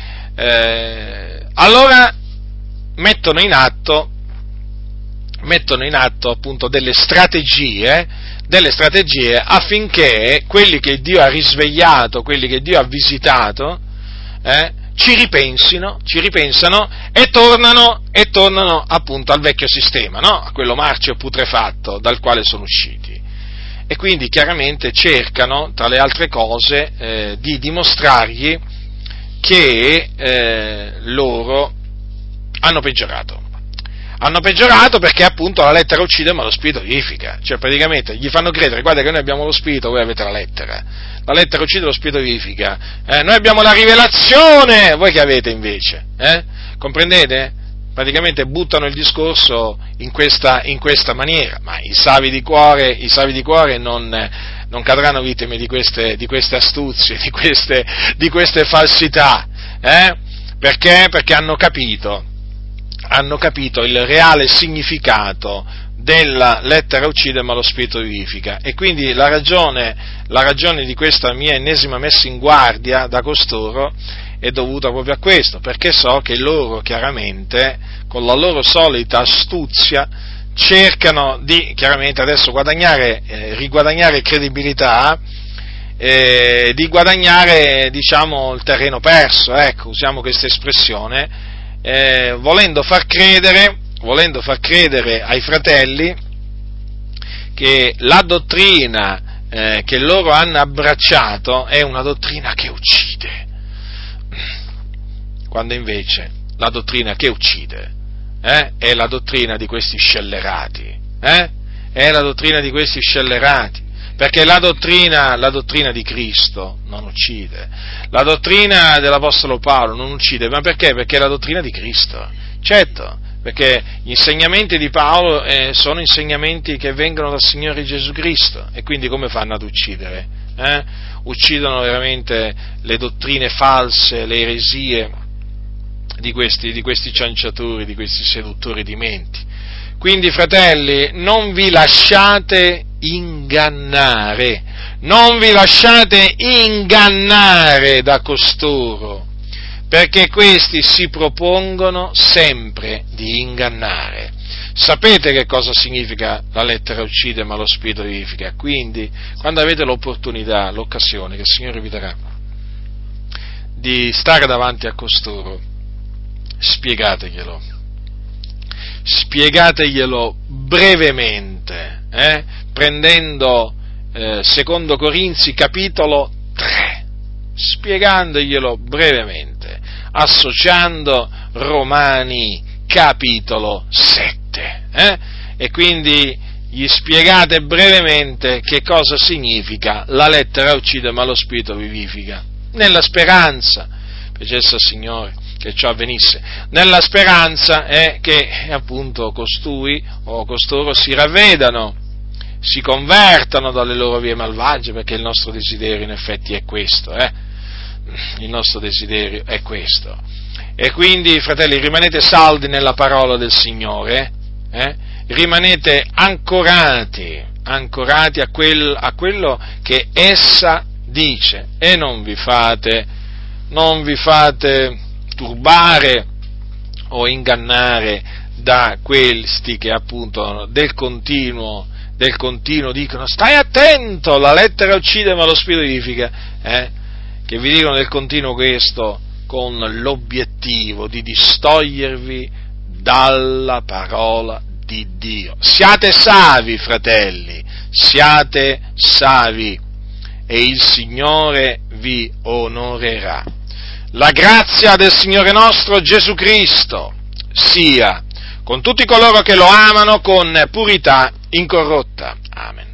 eh, allora mettono in atto, mettono in atto appunto delle strategie, delle strategie affinché quelli che Dio ha risvegliato, quelli che Dio ha visitato, eh, ci ripensino, ci ripensano e tornano, e tornano appunto al vecchio sistema, no? A quello marcio e putrefatto dal quale sono usciti. E quindi chiaramente cercano, tra le altre cose, eh, di dimostrargli che eh, loro hanno peggiorato. Hanno peggiorato perché appunto la lettera uccide ma lo spirito vivifica, cioè praticamente gli fanno credere, guarda che noi abbiamo lo spirito, voi avete la lettera, la lettera uccide, lo spirito vivifica, eh? Noi abbiamo la rivelazione, voi che avete invece, eh? Comprendete? Praticamente buttano il discorso in questa, in questa maniera, ma i savi di cuore, i savi di cuore non, non cadranno vittime di queste, di queste astuzie, di queste, di queste falsità, eh? Perché? Perché hanno capito, hanno capito il reale significato della lettera uccide ma lo spirito vivifica, e quindi la ragione, la ragione di questa mia ennesima messa in guardia da costoro è dovuta proprio a questo, perché so che loro chiaramente, con la loro solita astuzia, cercano di chiaramente adesso guadagnare, eh, riguadagnare credibilità, eh, di guadagnare, diciamo, il terreno perso, ecco, usiamo questa espressione, eh, volendo far credere, volendo far credere ai fratelli che la dottrina eh, che loro hanno abbracciato è una dottrina che uccide, quando invece la dottrina che uccide eh, è la dottrina di questi scellerati, eh? È la dottrina di questi scellerati, perché la dottrina, la dottrina di Cristo non uccide, la dottrina dell'Apostolo Paolo non uccide, ma perché? Perché è la dottrina di Cristo, certo, perché gli insegnamenti di Paolo eh, sono insegnamenti che vengono dal Signore Gesù Cristo, e quindi come fanno ad uccidere? Eh? Uccidono veramente le dottrine false, le eresie di questi, di questi cianciatori, di questi seduttori di menti. Quindi, fratelli, non vi lasciate ingannare, non vi lasciate ingannare da costoro, perché questi si propongono sempre di ingannare. Sapete che cosa significa la lettera uccide ma lo spirito vivifica? Quindi, quando avete l'opportunità, l'occasione che il Signore vi darà di stare davanti a costoro, spiegateglielo, spiegateglielo brevemente, eh? prendendo eh, secondo Corinzi capitolo tre, spiegandoglielo brevemente, associando Romani capitolo sette, eh? e quindi gli spiegate brevemente che cosa significa la lettera uccide ma lo spirito vivifica, nella speranza, piacesse al Signore che ciò avvenisse, nella speranza è che appunto costui o costoro si ravvedano, si convertano dalle loro vie malvagie, perché il nostro desiderio in effetti è questo, eh? il nostro desiderio è questo. E quindi, fratelli, rimanete saldi nella parola del Signore, eh? rimanete ancorati, ancorati a, quel, a quello che essa dice, e non vi fate, non vi fate turbare o ingannare da questi che appunto del continuo, del continuo dicono stai attento, la lettera uccide ma lo spirito vivifica, eh? che vi dicono del continuo questo con l'obiettivo di distogliervi dalla parola di Dio. Siate savi, fratelli, siate savi, e il Signore vi onorerà. La grazia del Signore nostro Gesù Cristo sia con tutti coloro che lo amano con purità incorrotta. Amen.